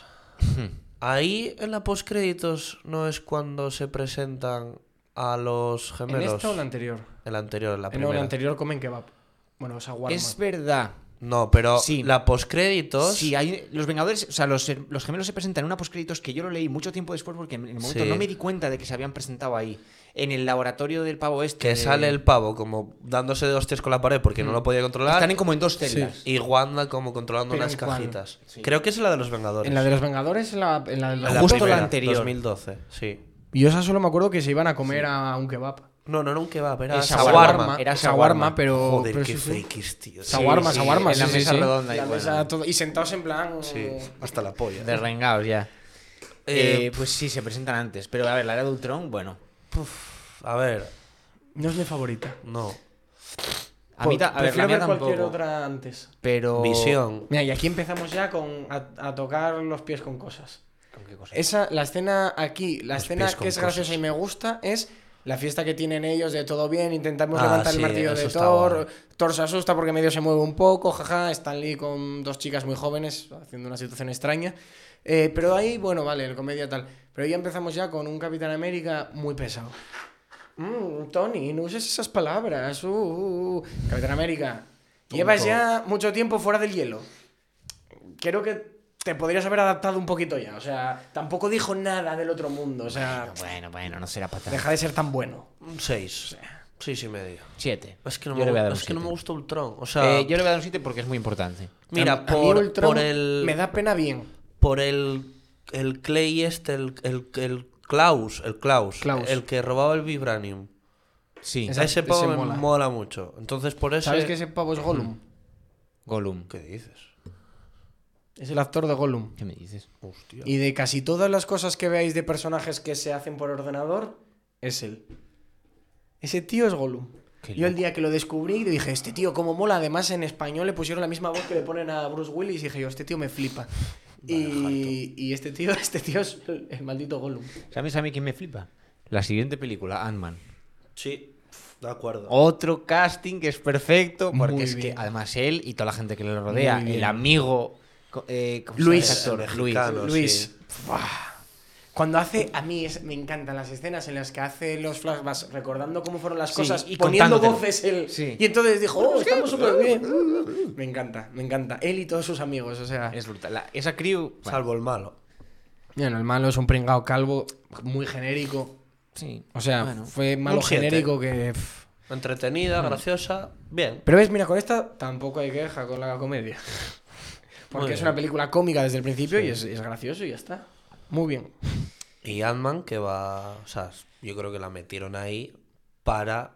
ahí en la postcréditos no es cuando se presentan a los ¿En gemelos. esta o en la anterior? En la anterior, en la No, en primera. la anterior comen kebab. Bueno, o sea, Es verdad. No, pero Sí. la postcréditos. Sí, hay los Vengadores, o sea, los gemelos se presentan en una postcréditos que yo lo leí mucho tiempo después porque en el momento Sí. no me di cuenta de que se habían presentado ahí. En el laboratorio del pavo este. Que de- sale el pavo como dándose de hostias con la pared porque no lo podía controlar. Están como en dos celdas. Y Wanda como controlando ¿Pero unas en cuál? cajitas. Sí. Creo que es la de los Vengadores. En la de los Vengadores, en la del En Justo primera, la anterior. 2012, sí. Yo esa solo me acuerdo que se iban a comer a un kebab. No era un kebab, era Es shawarma. Era shawarma, pero... Joder, pero qué sí, sí. frikis, tío. Shawarma, Sí, shawarma, en la sí, mesa sí, sí. redonda y La bueno. mesa todo- y sentados en plan... Sí, hasta la polla. De rengaos ya. Eh, Pues sí, se presentan antes. Pero a ver, la era de Ultron, bueno. A ver, No es mi favorita. no. A mí, a ver, Prefiero la mía ver cualquier tampoco. otra antes. Pero. Visión. Mira, y aquí empezamos ya a tocar los pies con cosas. ¿Con qué cosa? La escena aquí, la Los escena pies que con es graciosa cosas. y me gusta es la fiesta que tienen ellos de todo bien, intentamos Ah, levantar sí, el martillo eso de está Thor. guay. Thor se asusta porque medio se mueve un poco, jaja. Stan Lee con dos chicas muy jóvenes haciendo una situación extraña. Pero ahí, bueno, vale, el comedia tal. Pero ya empezamos ya con un Capitán América muy pesado. Tony, no uses esas palabras. Capitán América, llevas ya mucho tiempo fuera del hielo. Creo que te podrías haber adaptado un poquito ya. O sea, tampoco dijo nada del otro mundo. O sea, Bueno, no será para deja de ser tan bueno. Un 6. 6,5. 7. Es que no, Yo me, le voy a dar un es que no me 7. gusta Ultron. O sea, Yo le voy a dar un 7 porque es muy importante. mira, A mí Ultron por el. me da pena bien. Por el Clay este, el Klaus. Klaus. El que robaba el Vibranium. Sí. Esa- Ese pavo ese me mola. mola mucho. Entonces, por eso. ¿Sabes que ese pavo es Gollum? Gollum. ¿Qué dices? Es el actor de Gollum. ¿Qué me dices? Hostia. Y de casi todas las cosas que veáis de personajes que se hacen por ordenador, es él. Ese tío es Gollum. Qué Yo el loco. día que lo descubrí dije, este tío cómo mola. Además en español le pusieron la misma voz que le ponen a Bruce Willis y dije yo, este tío me flipa. Y este tío es el maldito Gollum. ¿Sabes a mí quién me flipa? La siguiente película, Ant-Man. Sí, de acuerdo. Otro casting que es perfecto, porque Muy es que bien. además él y toda la gente que le rodea, Muy bien. el amigo. ¿Cómo se llama Luis. ese actor? El Luis. mexicano. Luis. sí. ¡buah! Cuando hace, a mí me encantan las escenas en las que hace los flashbacks recordando cómo fueron las Sí, cosas y poniendo contándotelo. voces él. Sí. Y entonces dijo, oh, estamos súper bien. Me encanta, me encanta. Él y todos sus amigos, o sea. Es brutal. Esa crew. bueno, Salvo el malo. Bueno, el malo es un pringao calvo, muy genérico. sí. O sea, Bueno. fue malo Un 7. genérico que. Entretenida, graciosa, bien. Pero ves, mira, con esta tampoco hay queja con la comedia. Porque Muy es bien. una película cómica desde el principio y es gracioso y ya está. Muy bien. Y Ant-Man que va. O sea, yo creo que la metieron ahí para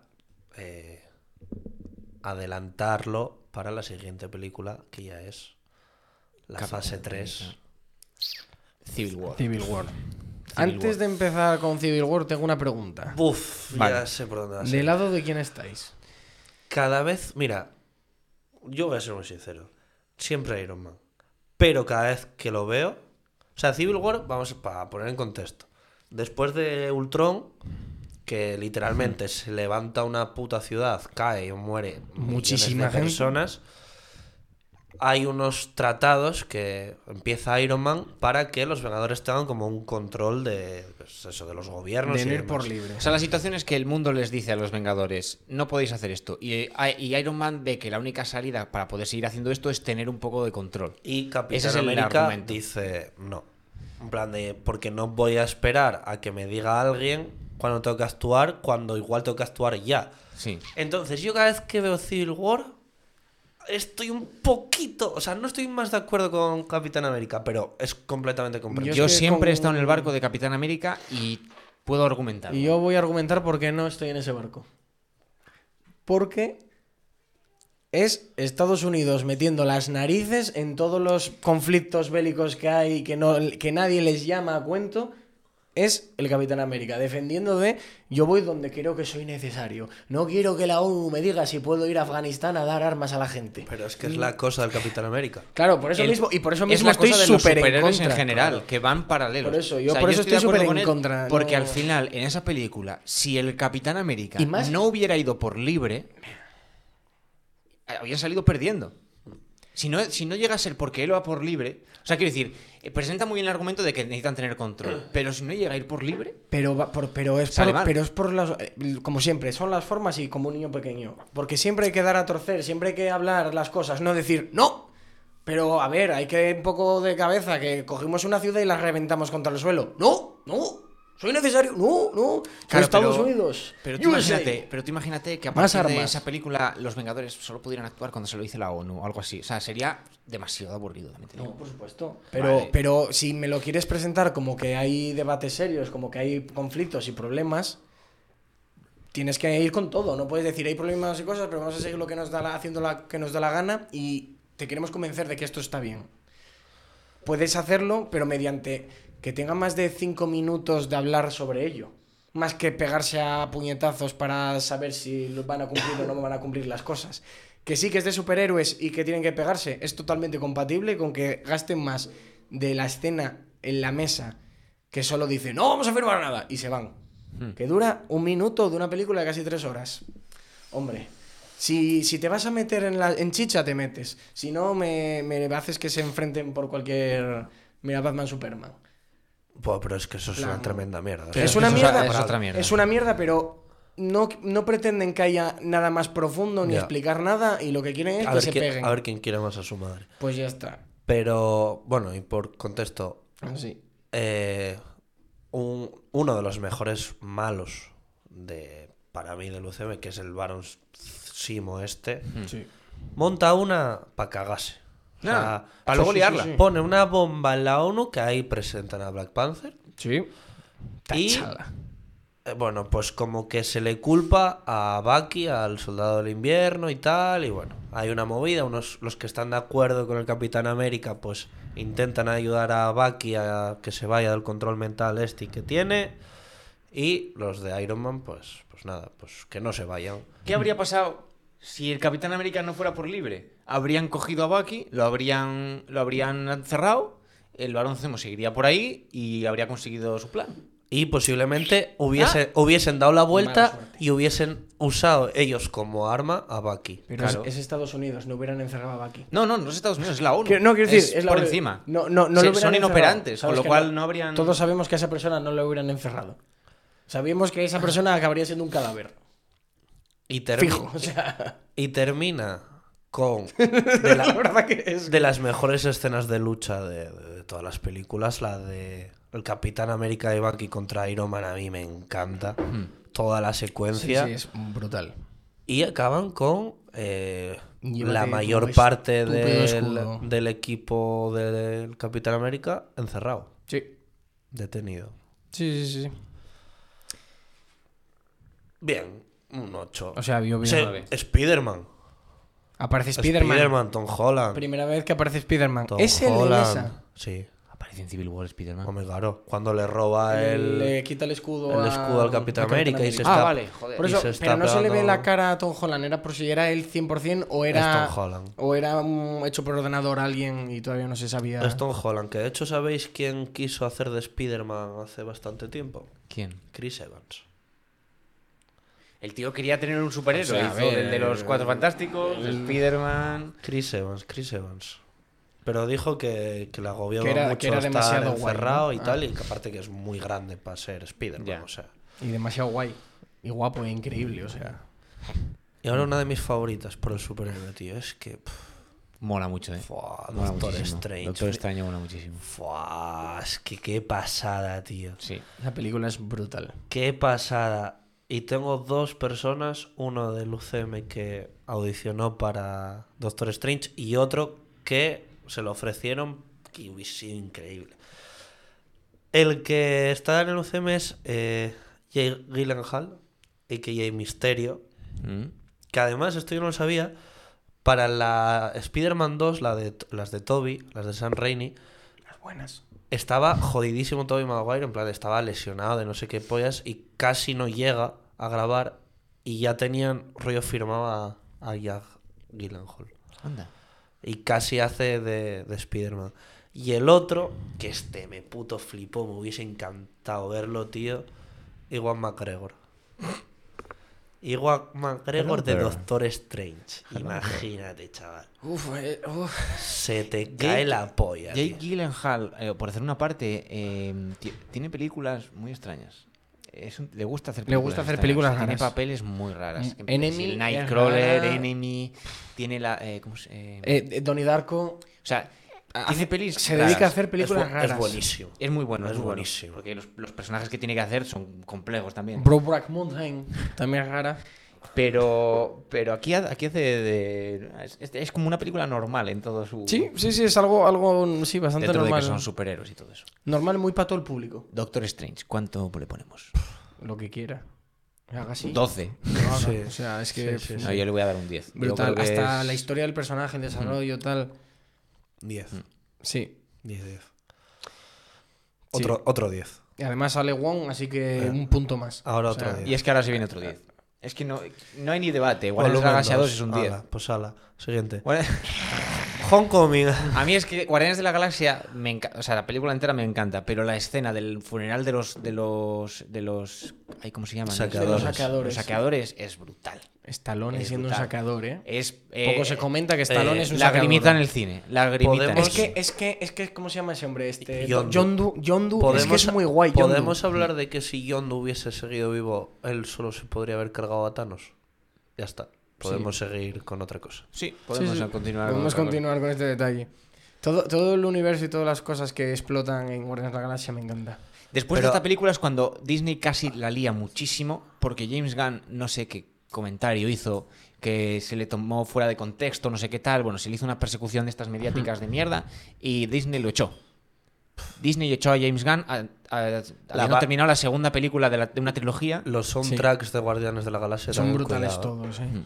adelantarlo para la siguiente película, que ya es la Capitán fase 3. Civil War. Civil War. Civil Antes War. de empezar con Civil War, tengo una pregunta. Buf, Vale. ya sé por dónde va a ¿De ser. lado de quién estáis? Cada vez, mira, yo voy a ser muy sincero. Siempre Iron Man. Pero cada vez que lo veo. O sea, Civil War, vamos para poner en contexto. Después de Ultron, que literalmente se levanta una puta ciudad, cae y muere Muchísima millones de gente. personas, hay unos tratados que empieza Iron Man para que los Vengadores tengan como un control de, pues eso, de los gobiernos. De y ir demás. por libre. O sea, la situación es que el mundo les dice a los Vengadores, no podéis hacer esto. Y Iron Man ve que la única salida para poder seguir haciendo esto es tener un poco de control. Y Ese Capitán es el América argumento. dice no. En plan de, porque no voy a esperar a que me diga alguien cuando tengo que actuar, cuando igual tengo que actuar ya. Sí. Entonces, yo cada vez que veo Civil War, estoy un poquito, o sea, no estoy más de acuerdo con Capitán América, pero es completamente comprensible. Yo es que siempre he con- estado en el barco de Capitán América y puedo argumentar. Y yo voy a argumentar por qué no estoy en ese barco. Porque es Estados Unidos metiendo las narices en todos los conflictos bélicos que hay, que nadie les llama a cuento. Es el Capitán América, defendiendo de yo voy donde creo que soy necesario. No quiero que la ONU me diga si puedo ir a Afganistán a dar armas a la gente. Pero es que es la cosa del Capitán América. Claro, por eso El- mismo, y por eso es mismo la estoy cosa de los súper en superhéroes contra. general, Claro. que van paralelos. Por eso, yo por eso estoy de estoy acuerdo súper con en él, contra, Porque no- al final, en esa película, si el Capitán América Y más- no hubiera ido por libre, habían salido perdiendo. Si no llega a ser porque él va por libre, o sea, quiero decir, presenta muy bien el argumento de que necesitan tener control, pero si no llega a ir por libre, Pero es por las, como siempre, son las formas y como un niño pequeño. Porque siempre hay que dar a torcer, siempre hay que hablar las cosas, no decir ¡no! Pero a ver, hay que un poco de cabeza, que cogimos una ciudad y la reventamos contra el suelo. ¡No! ¡No! ¿Soy necesario? ¡No! ¡No! Claro, Estados pero- Unidos. Pero tú, USA. imagínate que a Más partir de armas. esa película los Vengadores solo pudieran actuar cuando se lo dice la ONU o algo así. O sea, sería demasiado aburrido, también te digo. No, por supuesto. Pero, Vale. pero si me lo quieres presentar como que hay debates serios, como que hay conflictos y problemas, tienes que ir con todo. No puedes decir hay problemas y cosas, pero vamos a seguir lo que nos da haciendo lo que nos da la gana y te queremos convencer de que esto está bien. Puedes hacerlo, pero mediante que tenga más de 5 minutos de hablar sobre ello. Más que pegarse a puñetazos para saber si lo van a cumplir o no van a cumplir las cosas. Que sí que es de superhéroes y que tienen que pegarse, es totalmente compatible con que gasten más de la escena en la mesa, que solo dicen, no vamos a firmar nada, y se van. Que dura 1 minuto de una película de casi 3 horas. Hombre, si te vas a meter en chicha, te metes. Si no, me haces que se enfrenten por cualquier... Mira, Batman, Superman. Buah, pero es que eso es una Plan- tremenda mierda. Es una eso mierda, es otra mierda. Es una mierda, pero no pretenden que haya nada más profundo ni Ya. explicar nada y lo que quieren es A que ver, se peguen. a ver quién quiere más a su madre. Pues ya está. Pero, bueno, y por contexto, Así. uno de los mejores malos para mí del UCM, que es el Baron Simo este, Sí. monta una para cagarse. O sea, para luego sí, liarla. sí. pone una bomba en la ONU, que ahí presentan a Black Panther. Sí. Y, Tachala. bueno, pues como que se le culpa a Bucky, al Soldado del Invierno y tal. Y bueno, hay una movida. Los que están de acuerdo con el Capitán América, pues intentan ayudar a Bucky a que se vaya del control mental que tiene. Y los de Iron Man, pues nada, pues que no se vayan. ¿Qué habría pasado si el Capitán América no fuera por libre? Habrían cogido a Bucky, lo habrían encerrado, el Barón Zemo seguiría por ahí y habría conseguido su plan. Y posiblemente hubiesen dado la Mala vuelta suerte. y hubiesen usado ellos como arma a Bucky. Pero Claro. es Estados Unidos, no hubieran encerrado aquí. No, es Estados Unidos, es la ONU. No, quiero decir, es la por ONU. encima. No lo hubieran Son encerrado. inoperantes, con Sabes lo que cual no habrían... Todos sabemos que a esa persona no lo hubieran encerrado. Sabíamos que esa persona acabaría siendo un cadáver. Y, Fijo, o sea... y termina con la verdad que es... de las mejores escenas de lucha de todas las películas, la de el Capitán América y Bucky contra Iron Man. A mí me encanta toda la Sí, secuencia. sí, es brutal. Y acaban con Llévate la tu mayor parte estúpido escudo. del equipo del Capitán América encerrado, Sí. detenido. Sí, sí, sí. Bien, un 8. O sea, vio bien. Spider-Man. Aparece Spider-Man. Spider-Man, Tom Holland. Primera vez que aparece Spider-Man. Tom Es el de Holland. esa. Sí. Aparece en Civil War Spider-Man. Hombre, claro. Cuando le roba Le quita el escudo, el escudo al Capitán América y se Ah, está... vale, joder. Por y eso, se está pero no se le ve pegando- la cara a Tom Holland. Era por si era él 100% o era... Es Tom Holland. O era hecho por ordenador alguien y todavía no se sabía... Es Tom Holland, que de hecho, ¿sabéis quién quiso hacer de Spider-Man hace bastante tiempo? ¿Quién? Chris Evans. El tío quería tener un superhéroe. O sea, a hizo ver, el de los Cuatro Fantásticos, Spider-Man. Chris Evans. Pero dijo que le agobiaba Que era mucho estar demasiado guay, encerrado ¿no? y tal, y que aparte que es muy grande para ser Spider-Man, Ya. o sea. Y demasiado guay. Y guapo e increíble, o sea. Y ahora una de mis favoritas por el superhéroe, tío, es que... Mola mucho, Fua, Mola Doctor muchísimo. Strange. Doctor Strange mola muchísimo. Fua, es que qué pasada, tío. Sí. La película es brutal. Qué pasada. Y tengo dos personas, uno del UCM que audicionó para Doctor Strange y otro que se lo ofrecieron, que hubiese sido increíble. El que está en el UCM es Jake Gyllenhaal, a.k.a. Misterio, que además, esto yo no lo sabía, para la Spider-Man 2, las de Tobey, las de Sam Raimi, Las buenas. estaba jodidísimo Tobey Maguire, en plan, estaba lesionado de no sé qué pollas y casi no llega a grabar y ya tenían rollo firmado a Jake Gyllenhaal. Anda. Y casi hace de Spider-Man. Y el otro, que me puto flipó, me hubiese encantado verlo, tío, Ewan McGregor. Ewan McGregor de Hello there. Doctor Strange. Imagínate, chaval. Se te cae la polla, Jake tío. Gyllenhaal, por hacer una parte, tiene películas muy extrañas. Le gusta hacer Le películas gusta hacer extrañas. películas Tiene raras. papeles muy raras. Enemy El es Nightcrawler, rara. Enemy. Tiene la. ¿Cómo se...? Donnie Darko O sea, tiene pelis. se raras. dedica a hacer películas raras. Es buenísimo. Es muy bueno, Es es muy bueno. buenísimo. Porque los personajes que tiene que hacer son complejos también. Brokeback Mountain también es rara. Pero aquí hace de. Es como una película normal en todo su. Sí, es algo sí, bastante Dentro de normal. que son superhéroes y todo eso. Normal, muy para todo el público. Doctor Strange, ¿cuánto le ponemos? Lo que quiera. Haga así. 12. Lo haga. Sí. O sea, es que Sí, sí, No, yo le voy a dar un 10. Yo brutal. creo que Hasta es- la historia del personaje, el desarrollo, tal. 10. Sí. 10. Sí. Otro 10. Y además sale Wong, así que un punto más. Ahora O sea, otro 10. Y es que ahora se viene otro 10. Es que no hay ni debate. Guardianes de Volumen la Galaxia 2 2. es un 10. Ala, pues ala. Siguiente. Guardi- Homecoming. A mí es que Guardianes de la Galaxia o sea, la película entera me encanta, pero la escena del funeral de los ay, ¿cómo se llaman? Saqueadores. Los saqueadores. Los saqueadores es brutal. Stallone Es siendo brutal. un sacador, ¿eh? Es Poco se comenta que Stallone es un lagrimita sacador. en el cine, lagrimita en el Podemos- cine. Es que, ¿cómo se llama ese hombre? Yondu. Yondu es que es muy guay. Yondu. Podemos hablar de que si Yondu hubiese seguido vivo, él solo se podría haber cargado a Thanos. Ya está. Podemos seguir con otra cosa. Sí, podemos Sí. continuar. Podemos con- continuar con este detalle. Todo el universo y todas las cosas que explotan en Guardianes de la Galaxia me encanta. Después Pero- de esta película es cuando Disney casi la lía muchísimo, porque James Gunn, no sé qué comentario hizo, que se le tomó fuera de contexto, no sé qué tal, bueno, se le hizo una persecución de estas mediáticas de mierda y Disney lo echó. Disney echó a James Gunn habiendo va- terminado la segunda película de una trilogía Los soundtracks de Guardianes de la Galaxia Son también, brutales cuidado. todos, ¿eh?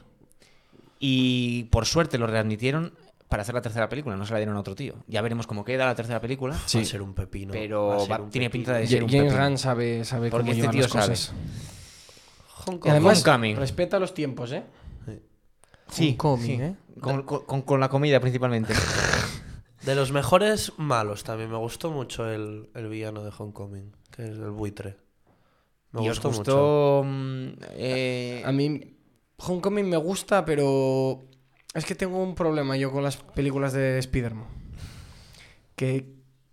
y por suerte lo readmitieron para hacer la tercera película, no se la dieron a otro tío. Ya veremos cómo queda la tercera película, Va a ser un pepino. pero va a ser un tiene pepino. pinta de ser un James pepino. Gunn sabe Porque cómo este llevar tío las sabe. cosas. Y Homecoming. además, Homecoming. respeta los tiempos, ¿eh? Sí, Homecoming, sí. ¿eh? Con la comida principalmente. De los mejores malos también. Me gustó mucho el villano de Homecoming, que es el buitre. Me ¿Y os gustó mucho. gustó? A mí, Homecoming me gusta, pero es que tengo un problema yo con las películas de Spider-Man. Que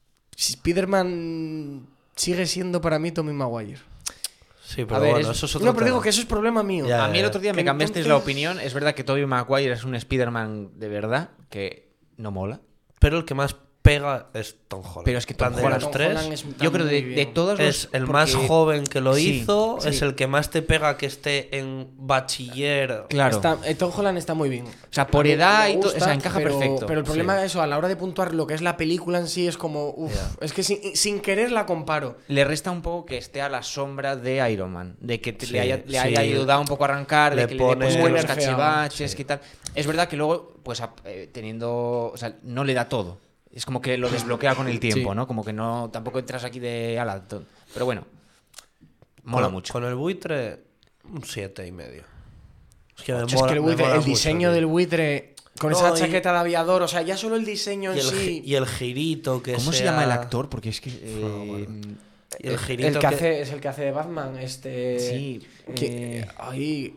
Spider-Man sigue siendo para mí Tobey Maguire. Sí, pero A ver, bueno, eso es otro no, pero digo tema. que eso es problema mío. Ya. A mí el otro día Que me cambiasteis entonces- la opinión. Es verdad que Tobey Maguire es un Spider-Man de verdad, que no mola. Pero el que más pega es Tom Holland. Pero es que Tom Plan de Holland- los Tom tres, Holland está Yo creo muy de bien. todos los... es el porque- más joven que lo Sí, hizo, sí. es el que más te pega que esté en bachiller. Claro. Tom Holland está muy bien. O sea, por A mí edad me y todo, gusta, o sea, encaja pero, perfecto. Pero el problema Sí. es eso, a la hora de puntuar lo que es la película en sí, es como. Uf, Ya. es que sin querer la comparo. Le resta un poco que esté a la sombra de Iron Man, de que Sí, le haya sí. ayudado un poco a arrancar, Le de que le dé pues, pone- con los Muy nerfeado. cachivaches Sí. y tal. Es verdad que luego, pues teniendo, o sea, no le da todo. Es como que lo desbloquea con el tiempo, Sí. ¿no? Como que no, tampoco entras aquí de ala. Pero bueno, mola Con- mucho. Con el buitre, un 7,5. Es que me Es mola- que el, me buitre, mola el mucho, diseño tío. del buitre con No, esa y- chaqueta de aviador, o sea, ya solo el diseño en sí. Y el girito que ¿Cómo se sea- llama el actor? Porque es que... Y el girito el que hace, es el que hace de Batman. Sí. Ahí.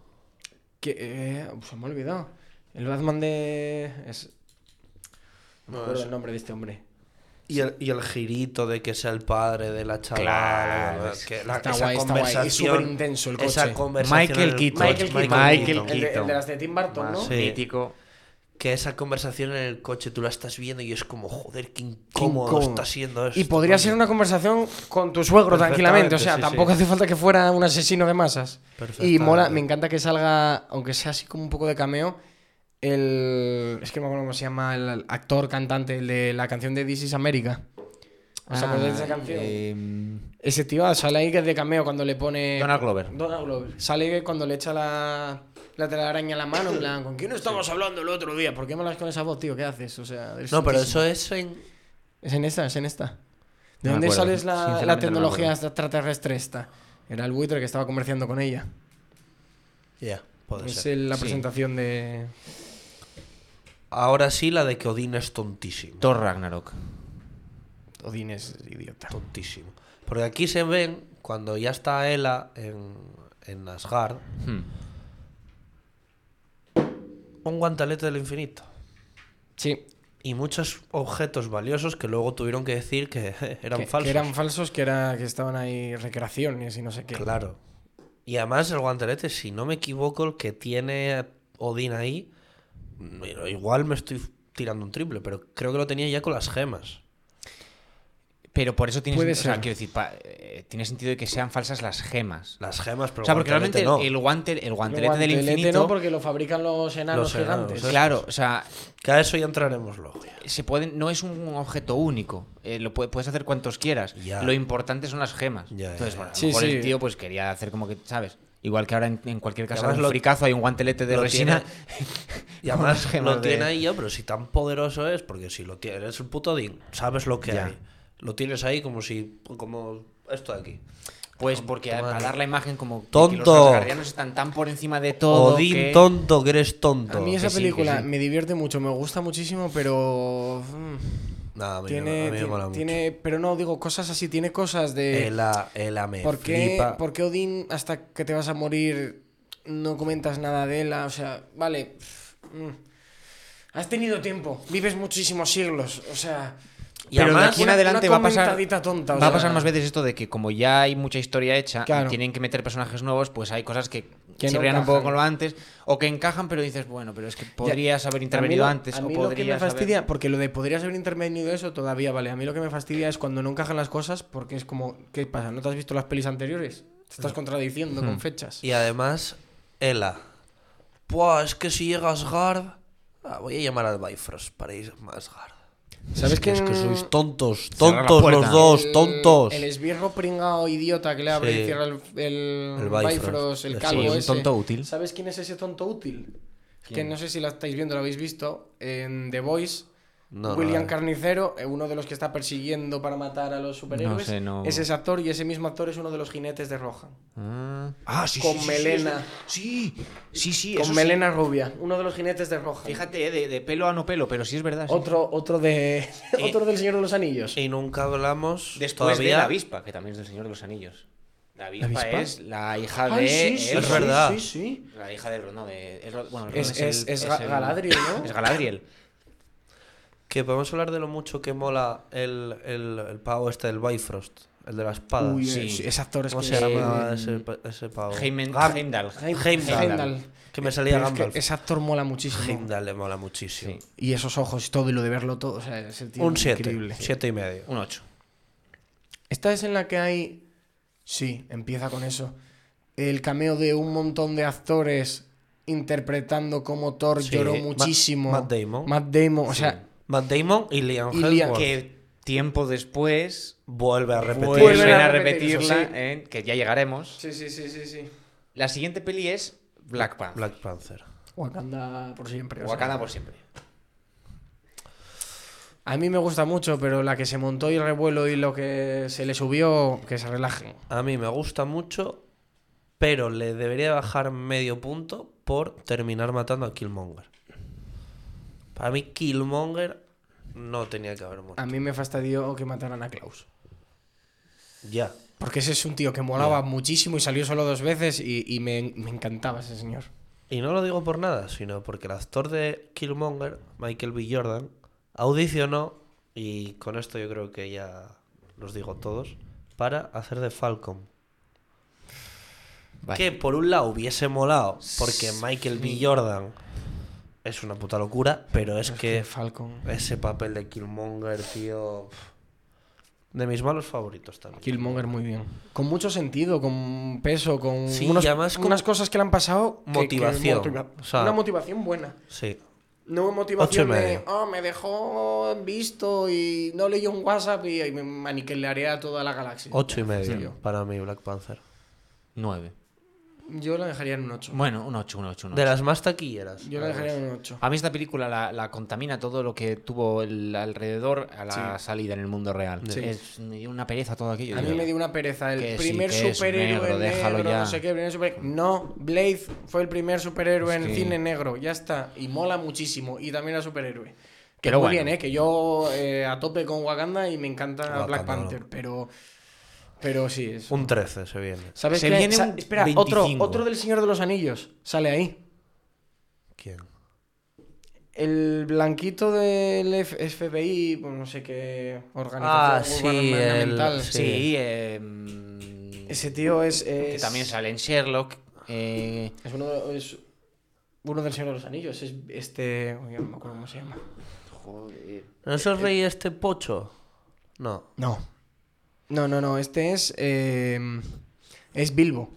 Se me ha olvidado. El Batman de. No me acuerdo el nombre de este hombre. Y el girito de que sea el padre de la chavala. Claro, Que Está esa guay, está guay. Es conversación. súper intenso el coche. Esa conversación. Michael en el Keaton. coche, Michael Keaton. El de las de Tim Burton, ¿no? Sí. Mítico. Que esa conversación en el coche tú la estás viendo y es como, joder, qué incómodo está siendo esto. Y podría ser una conversación con tu suegro tranquilamente. O sea, sí, tampoco sí. hace falta que fuera un asesino de masas. Y Perfectamente. mola, me encanta que salga, aunque sea así como un poco de cameo, es que no me acuerdo cómo se llama el actor cantante, el de la canción de This is America. ¿Os acordáis de esa canción? Ese tío sale ahí que es de cameo cuando le pone... Donald Glover. Donald Glover. Sale cuando le echa la telaraña en la mano, en plan, ¿con quién estamos hablando el otro día? ¿Por qué me hablas con esa voz, tío? ¿Qué haces? O sea, eres No, pero tontísimo. eso es en... Es en esta, es en esta. ¿De No me dónde acuerdo, sales la sinceramente no tecnología me extraterrestre esta? Era el buitre que estaba comerciando con ella. Ya, puede Es ser. la Sí. presentación de... Ahora sí, la de que Odín es tontísimo. Thor Ragnarok. Odín es idiota. Tontísimo. Porque aquí se ven, cuando ya está Hela en Asgard, un guantelete del infinito. Sí. Y muchos objetos valiosos que luego tuvieron que decir que eran falsos. Que eran falsos, que estaban ahí recreaciones y no sé qué. Claro. Y además el guantelete, si no me equivoco, el que tiene Odín ahí, igual me estoy tirando un triple, pero creo que lo tenía ya con las gemas. Pero por eso tiene Puede sentido, o sea, ser. quiero decir, tiene sentido de que sean falsas las gemas. Las gemas, pero O sea, porque guantelete realmente no. el guantelete del infinito. no, porque lo fabrican los enanos Los enanos, gigantes. eso. Claro, o sea, Que a eso ya entraremos luego. no es un objeto único. Puedes hacer cuantos quieras. Ya. Lo importante son las gemas. Ya, Entonces, ya, bueno, a lo ya. mejor Sí, el sí. tío pues quería hacer como que, ¿sabes? Igual que ahora en cualquier casa de además un lo- fricazo hay un guantelete de lo resina. Y con además unas gemas lo de- tiene ahí ya, pero si tan poderoso es, porque si lo tienes, eres el puto Odín, sabes lo que Ya. hay. Lo tienes ahí como esto de aquí. Pues porque Toma. para dar la imagen como de que ¡Tonto! los asgardianos están tan por encima de todo. Odín que... tonto, que eres tonto. A mí esa Que sí, película que sí. me divierte mucho, me gusta muchísimo, pero... Nah, a mí tiene, me mola mucho. tiene, pero no, digo, cosas así, tiene cosas de... Ela me ¿Por flipa. qué Odín, hasta que te vas a morir, no comentas nada de él? O sea, vale... Has tenido tiempo, vives muchísimos siglos, o sea... Y Pero de además, aquí en adelante va a pasar. comentadita tonta, o Va a sea, pasar más veces esto de que como ya hay mucha historia hecha Claro. y tienen que meter personajes nuevos, pues hay cosas que no chirrían un poco encajan. con lo antes o que encajan, pero dices, bueno, pero es que podrías haber A intervenido mí antes a o mí lo que me podrías haber... fastidia, porque lo de podrías haber intervenido eso todavía vale. A mí lo que me fastidia es cuando no encajan las cosas, porque es como, ¿qué pasa? ¿No te has visto las pelis anteriores? Te estás contradiciendo con fechas. y además, Ela. Buah, es que si llega a Asgard... voy a llamar al Bifrost para ir a Asgard. ¿Sabes que es que quién- sois tontos, Cerrar la tontos puerta. los dos, tontos. El esbirro pringao idiota que le abre Sí. y cierra el El Bifrost. Bifrost, el Sí, calvo Sí, un ese. tonto útil. ¿Sabes quién es ese tonto útil? Es que ¿Quién? no sé si la estáis viendo, lo habéis visto. En The Voice, No, William no. Carnicero, uno de los que está persiguiendo para matar a los superhéroes. No sé, no- Es ese actor y ese mismo actor es uno de los jinetes de Rohan. Sí, Con melena. Sí, Con eso melena rubia. Uno de los jinetes de Rohan. sí. Fíjate, de pelo a no pelo, pero sí es verdad. sí. Otro del Señor de los Anillos. Y nunca hablamos Después todavía... de la avispa, que también es del Señor de los Anillos. La avispa, avispa? es la hija Ay, de... sí, sí, Elrond. es verdad. Sí, sí. La hija de... No, de... Bueno, Es Elrond el- Galadriel, ¿no? Es Galadriel. Que podemos hablar de lo mucho que mola el pavo este del Bifrost, el de la espada. Uy, Sí. ese actor es ¿Cómo que... se llama ese pavo? Heimdall. Heimdall. Que me salía Pero es que Gandalf. ese actor mola muchísimo. Heimdall le mola muchísimo. Sí. Y esos ojos y todo, y lo de verlo todo. O sea, es el tío Un 7, increíble. 7,5. Un 8. Esta es en la que hay... Sí, empieza con eso. El cameo de un montón de actores interpretando cómo Thor Sí, lloró muchísimo. Matt Damon. Matt Damon, o sea... Matt Damon y Liam Y Liam- Hemsworth. Que tiempo después Vuelve a repetir. vuelven a repetir eso, repetirla, que ya llegaremos. Sí, sí, sí, sí, sí. La siguiente peli es Black Panther. Black Panther. Wakanda por siempre. o sea. Wakanda por siempre. A mí me gusta mucho, pero la que se montó y el revuelo y lo que se le subió, que se relajen. A mí me gusta mucho, pero le debería bajar medio punto por terminar matando a Killmonger. Para mí Killmonger no tenía que haber muerto. A mí me fastidió que mataran a Klaus. Ya. Porque ese es un tío que molaba muchísimo y salió solo 2 veces y me encantaba ese señor. Y no lo digo por nada, sino porque el actor de Killmonger, Michael B. Jordan, audicionó, y con esto yo creo que ya los digo todos, para hacer de Falcon. Vale. Que por un lado hubiese molado, porque Michael B. Jordan es una puta locura, pero es que Falcon. ese papel de Killmonger, tío, de mis malos favoritos también. Killmonger muy bien. Con mucho sentido, con peso, con Sí, y además con unas cosas que le han pasado. motivación. O sea, una motivación buena. Sí. No motivación 8,5. de, me dejó visto y no leyó un WhatsApp y me aniquilaré a toda la galaxia. 8,5 serio. para mí, Black Panther. 9. Yo la dejaría en un 8. Bueno, un 8, un 8, un 8. De las más taquilleras. Yo la dejaría en un 8. A mí esta película la contamina todo lo que tuvo el alrededor a la salida en el mundo real. Sí. Me dio una pereza todo aquello. A mí me dio una pereza. El Que sí, primer que es superhéroe negro, déjalo ya. no sé qué, No, Blade fue el primer superhéroe Es en que- cine negro, ya está. Y mola muchísimo. Y también era superhéroe. Que Pero muy bueno. bien, que yo a tope con Wakanda y me encanta Wakanda, Black Panther, pero sí, es... Un 13 se viene. ¿Sabes Se qué? viene un Espera, 25. otro del Señor de los Anillos sale ahí. ¿Quién? El blanquito del FBI, pues no sé qué organización Ah, sí, gubernamental. Sí, Ese tío es que también sale en Sherlock. es uno del Señor de los Anillos. Es Uy, no me acuerdo cómo se llama. Joder. ¿No es el rey este pocho? No. No. Este es Bilbo.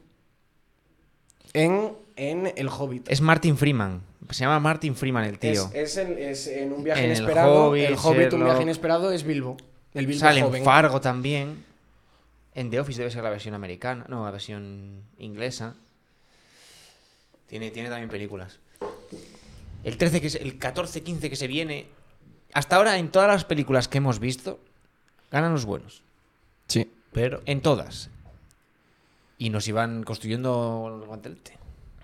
En El Hobbit. Es Martin Freeman. Se llama Martin Freeman el tío. Es en un viaje En El inesperado. Hobbit, El Hobbit, un Sherlock. viaje inesperado, es Bilbo. El Bilbo Sale en joven. Fargo también. En The Office debe ser la versión americana. No, la versión inglesa. Tiene también películas. El 14-15 que se viene. Hasta ahora, en todas las películas que hemos visto, ganan los buenos. Sí. Pero En todas. Y nos iban construyendo el guantelete.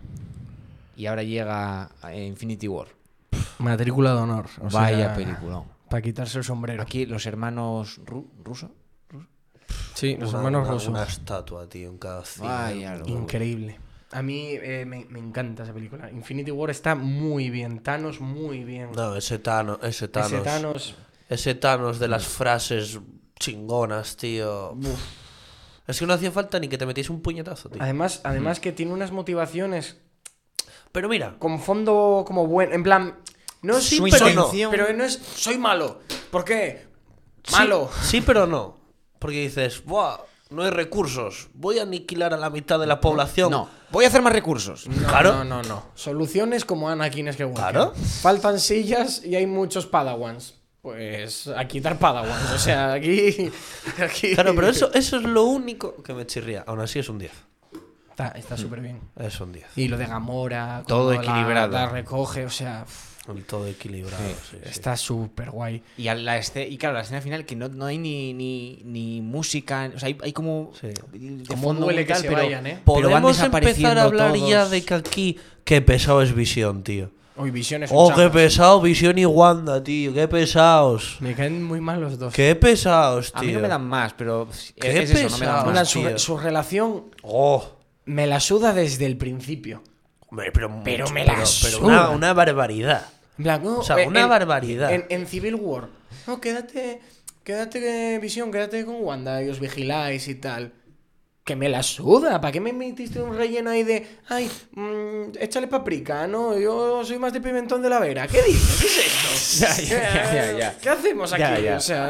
Y ahora llega Infinity War. Matrícula de honor. Vaya película. Para quitarse el sombrero. Aquí los hermanos rusos. Sí, los hermanos rusos. Una estatua, tío, en cada cine. Vaya locura. Increíble. A mí me encanta esa película. Infinity War está muy bien. Thanos muy bien. No, ese Thanos. Ese Thanos. Ese Thanos de las frases chingonas, tío. Es que no hacía falta ni que te metiese un puñetazo, tío. Además que tiene unas motivaciones Pero mira, con fondo como buen. En plan, no es Sí, Su pero no. intención- pero no es soy malo. ¿Por qué? sí- Malo. Sí, pero no. Porque dices, buah, no hay recursos. Voy a aniquilar a la mitad de la población. No, voy a hacer más recursos. No, Claro. No. Soluciones como Anakin Skywalker. Claro. Faltan sillas y hay muchos Padawans. Pues a quitar Padawans. O sea, aquí. Claro, pero eso es lo único que me chirría. Aún así es un 10. Está súper bien. Es un 10. Y lo de Gamora. Todo cómo equilibrado. La recoge, o sea. El todo equilibrado. Sí, sí. Está súper guay. Y, y claro, la escena final que no hay ni música. O sea, hay como. Sí. De Como fondo duele que tal, se pero- vayan, ¿eh? pero van Podemos empezar desapareciendo a hablar todos. ya de que aquí. Qué pesado es Visión, tío. Hoy Visiones. Oh, qué pesado Visión y Wanda, tío. Qué pesados. Me caen muy mal los dos. Qué pesados, tío. A mí no me dan más, pero. Qué es eso, no me dan pesado. más. Una- tío. su relación Oh. me la suda desde el principio. Pero Pero mucho, me la pero suda. una barbaridad. En plan, no, O sea, una barbaridad. En Civil War. No, quédate, Visión, quédate con Wanda y os vigiláis y tal. Que me la suda. ¿Para qué me metiste un relleno ahí de... Ay, échale paprika, ¿no? Yo soy más de pimentón de la Vera. ¿Qué dices? ¿Qué es esto? Ya. ¿Qué hacemos aquí? Ya. O sea...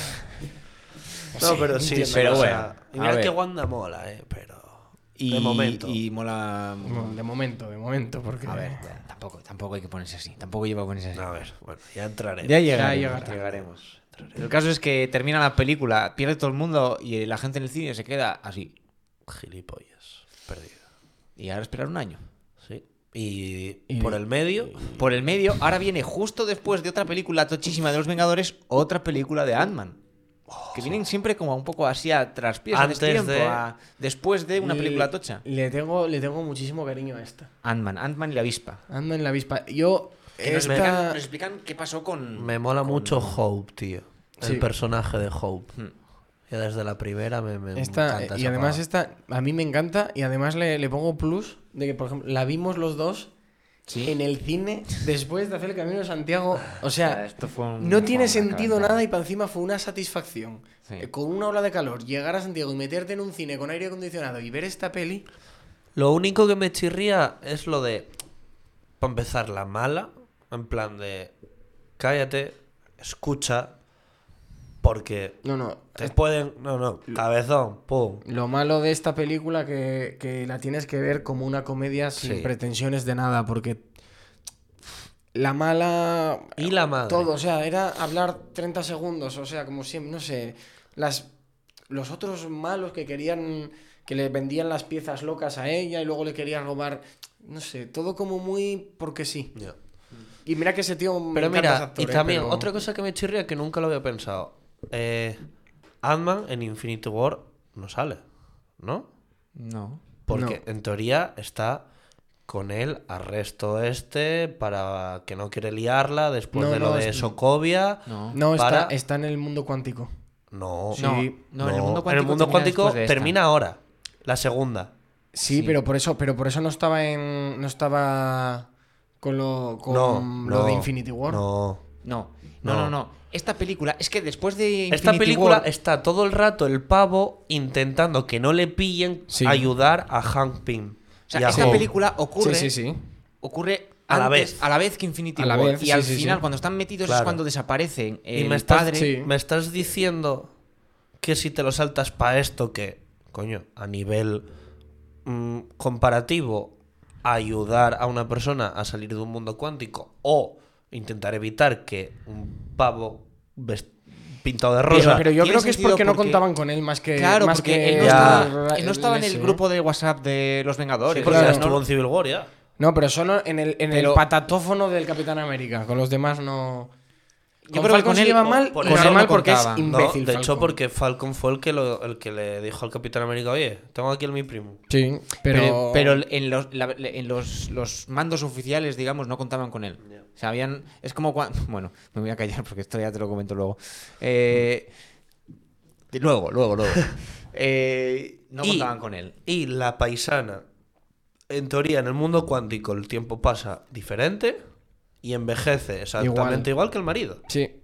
No, pero sí, entiendo. pero o bueno, sea, y a mira ver. que Wanda mola, pero. Y, de momento. Y mola. No, de momento, porque... A ver, tampoco hay que ponerse así. Tampoco lleva a ponerse así. A ver, bueno, ya entraré. Ya llegará. llegaremos. El caso es que termina la película, pierde todo el mundo y la gente en el cine se queda así. Gilipollas. Perdido. Y ahora esperar un año. Sí. Y por el medio. Por el medio, ahora viene justo después de otra película tochísima de los Vengadores, otra película de Ant-Man. Que vienen siempre como un poco así a traspiés, a Antes destiempo, de- después de una película tocha. Le tengo muchísimo cariño a esta. Ant-Man y la avispa. Ando en la avispa. Yo... Que nos esta... explican qué pasó con... Me mola mucho Hope, tío. Sí. El personaje de Hope. Hmm. Que desde la primera me Esta, encanta y esa además pava. esta a mí me encanta y además le pongo plus de que, por ejemplo, la vimos los dos Sí. en el cine después de hacer el Camino de Santiago. O sea, Esto fue un- no fue tiene una sentido calentada. nada y para encima fue una satisfacción. Sí. Con una ola de calor, llegar a Santiago y meterte en un cine con aire acondicionado y ver esta peli. Lo único que me chirría es lo de, para empezar, la mala, en plan de, cállate, escucha, porque No, te pueden... No, cabezón, pum. lo malo de esta película que la tienes que ver como una comedia sin Sí. pretensiones de nada, porque la mala... Y la madre. Todo, o sea, era hablar 30 segundos, o sea, como siempre, no sé, los otros malos que querían, que le vendían las piezas locas a ella y luego le querían robar, no sé, todo como muy porque sí. Ya. Y mira que ese tío me Pero encanta ese mira, actor, y también, pero- otra cosa que me chirría que nunca lo había pensado. Ant-Man en Infinity War no sale, ¿no? No. Porque en teoría está con el arresto para que no quiere liarla después No, de lo no, de es- Sokovia. No. No, para- está en el mundo cuántico. No, Sí. No, en el mundo cuántico, En el mundo termina cuántico después de esta. termina ahora, la segunda. Sí, Sí. pero por eso no estaba con lo No, de Infinity War. No. No. Esta película, es que después de Esta Infinity película War- está todo el rato el pavo intentando que no le pillen Sí. ayudar a Hank Pym. O sea, y a esta Hope. película ocurre, Sí. ocurre A la antes- vez. a la vez que Infinity A la War. vez, y sí, al sí, final, sí. cuando están metidos, es Claro. cuando desaparecen Y el me estás, padre. sí. me estás diciendo que si te lo saltas para esto, que, coño, a nivel comparativo, ayudar a una persona a salir de un mundo cuántico o intentar evitar que un pavo pintado de rosa. Pero yo Tiene creo que es sentido porque no porque- contaban con él más que. Claro, más porque que él no, Ya. estaba en el ese. grupo de WhatsApp de los Vengadores. Sí, porque claro, ya estuvo ¿no? en Civil War ya. No, pero solo en el Pero- patatófono del Capitán América. Con los demás no. Yo Con creo que Falcon con se él- lleva mal, por y eso normal no porque es contaba. No, imbécil. de hecho, Falcon. porque Falcon fue el que le dijo al Capitán América, oye, tengo aquí a mi primo. Sí, Pero en los mandos oficiales, digamos, no contaban con él. Ya. O sea, es como cuando... Bueno, me voy a callar porque esto ya te lo comento luego. Luego. No Y- contaban con él. Y la paisana, en teoría, en el mundo cuántico, el tiempo pasa diferente y envejece exactamente igual que el marido. Sí.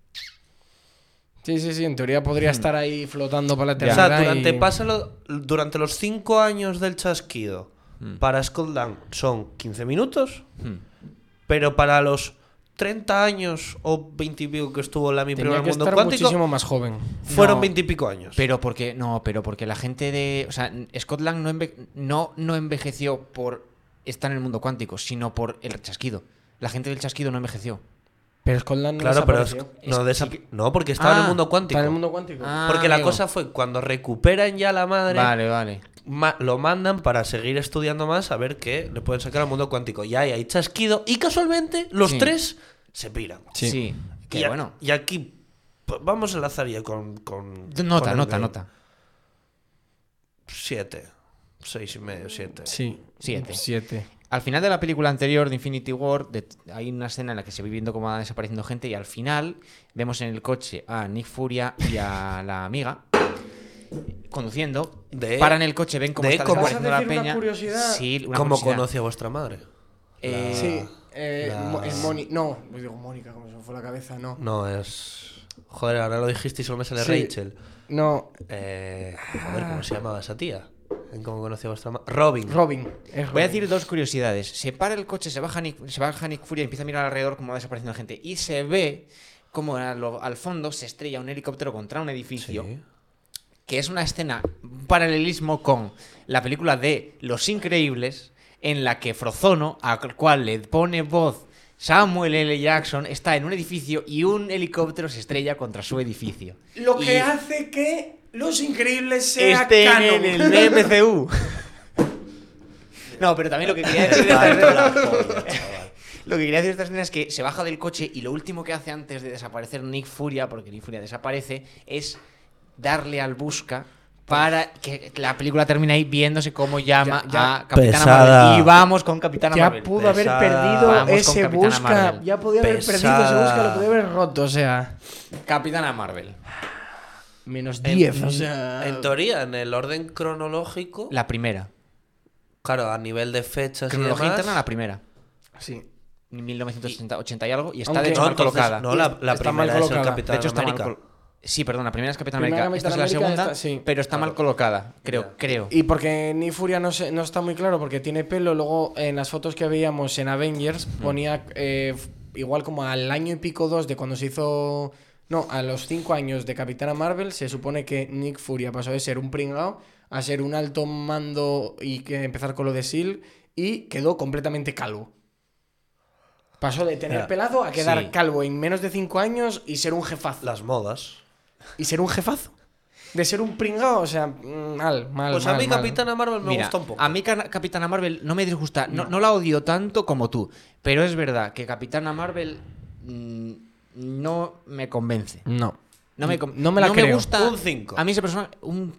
Sí, en teoría podría estar ahí flotando para la O eternidad. sea, durante los 5 años del chasquido, para Scott Lang son 15 minutos, pero para los 30 años o 20 y pico que estuvo Lamy primero Tenía en que el mundo estar cuántico, muchísimo más joven. fueron No. 20 y pico años. Pero porque la gente de... O sea, Scott Lang no envejeció por estar en el mundo cuántico, sino por el chasquido. La gente del chasquido no envejeció. Pero Scotland no Claro, pero desapareció. no, porque estaba en el Ah, mundo cuántico. Está en el mundo cuántico. Porque la amigo. cosa fue cuando recuperan ya la madre, Vale. lo mandan para seguir estudiando más a ver qué le pueden sacar al mundo cuántico. Y ahí hay chasquido y casualmente los Sí. tres se piran. Sí. Que bueno. Y aquí pues, vamos a enlazar ya con Nota. 7. 6,5, 7. Sí. 7. Al final de la película anterior de Infinity War hay una escena en la que se va viendo cómo va desapareciendo gente y al final vemos en el coche a Nick Furia y a la amiga conduciendo, paran el coche, ven cómo de está cómo- desapareciendo ¿Vas a la decir una peña. curiosidad? Sí, una ¿Cómo curiosidad. conoce a vuestra madre? Sí. la- No, pues digo Mónica, como se me fue la cabeza, no. No, es... Joder, ahora lo dijiste y solo me sale Sí. Rachel. No, Joder, ¿cómo se llamaba esa tía? ¿En cómo conoció a vuestra madre? Robin. Robin. Voy a decir dos curiosidades. Se para el coche, se baja Nick Furia y empieza a mirar alrededor cómo va desapareciendo la gente. Y se ve como al fondo se estrella un helicóptero contra un edificio. Sí. Que es una escena, un paralelismo con la película de Los Increíbles, en la que Frozono, al cual le pone voz Samuel L. Jackson, está en un edificio y un helicóptero se estrella contra su edificio. Lo que Y hace que Los Increíbles sea esté canon. en el MCU. No, pero también lo que quería decir de esta escena, lo que quería decir de esta escena es que se baja del coche y lo último que hace antes de desaparecer Nick Furia, porque Nick Furia desaparece, es darle al busca para que la película termine ahí viéndose cómo llama Ya. a Capitana Pesada. Marvel. Y vamos con Capitana Ya Marvel. pudo haber Pesada. perdido Vamos con ese Capitana busca. Marvel. Ya podía haber perdido ese Pesada. busca, lo podía haber roto, o sea. Capitana Marvel. Menos 10, o sea... En teoría, en el orden cronológico, La primera. claro, a nivel de fechas y Cronología demás... interna, la primera. Sí. 1980 y algo. Y está, Aunque- de hecho, No, mal entonces, colocada. no, la Está mal primera es el colocada. Capitán De hecho, está mal América. colocada. Sí, perdón, la primera es Capitán Primera América. Esta es la Capitán América, segunda, esta- sí. pero está mal colocada. Creo. Y porque Nick Furia no está muy claro porque tiene pelo. Luego en las fotos que veíamos en Avengers ponía igual como al año y pico 2 de cuando se hizo... No, a los 5 años de Capitana Marvel se supone que Nick Furia pasó de ser un pringao a ser un alto mando y que empezar con lo de S.H.I.E.L.D. y quedó completamente calvo. Pasó de tener Ya. pelado a quedar Sí. calvo en menos de 5 años y ser un jefazo. Las modas. Y ser un jefazo. De ser un pringao, o sea, mal. Pues a mí Capitana Marvel me Mira, gusta un poco. a mí Capitana Marvel no me disgusta, no la odio tanto como tú, pero es verdad que Capitana Marvel no me convence. No. No me, No me la no creo. me gusta. Un 5. A mí ese personaje, un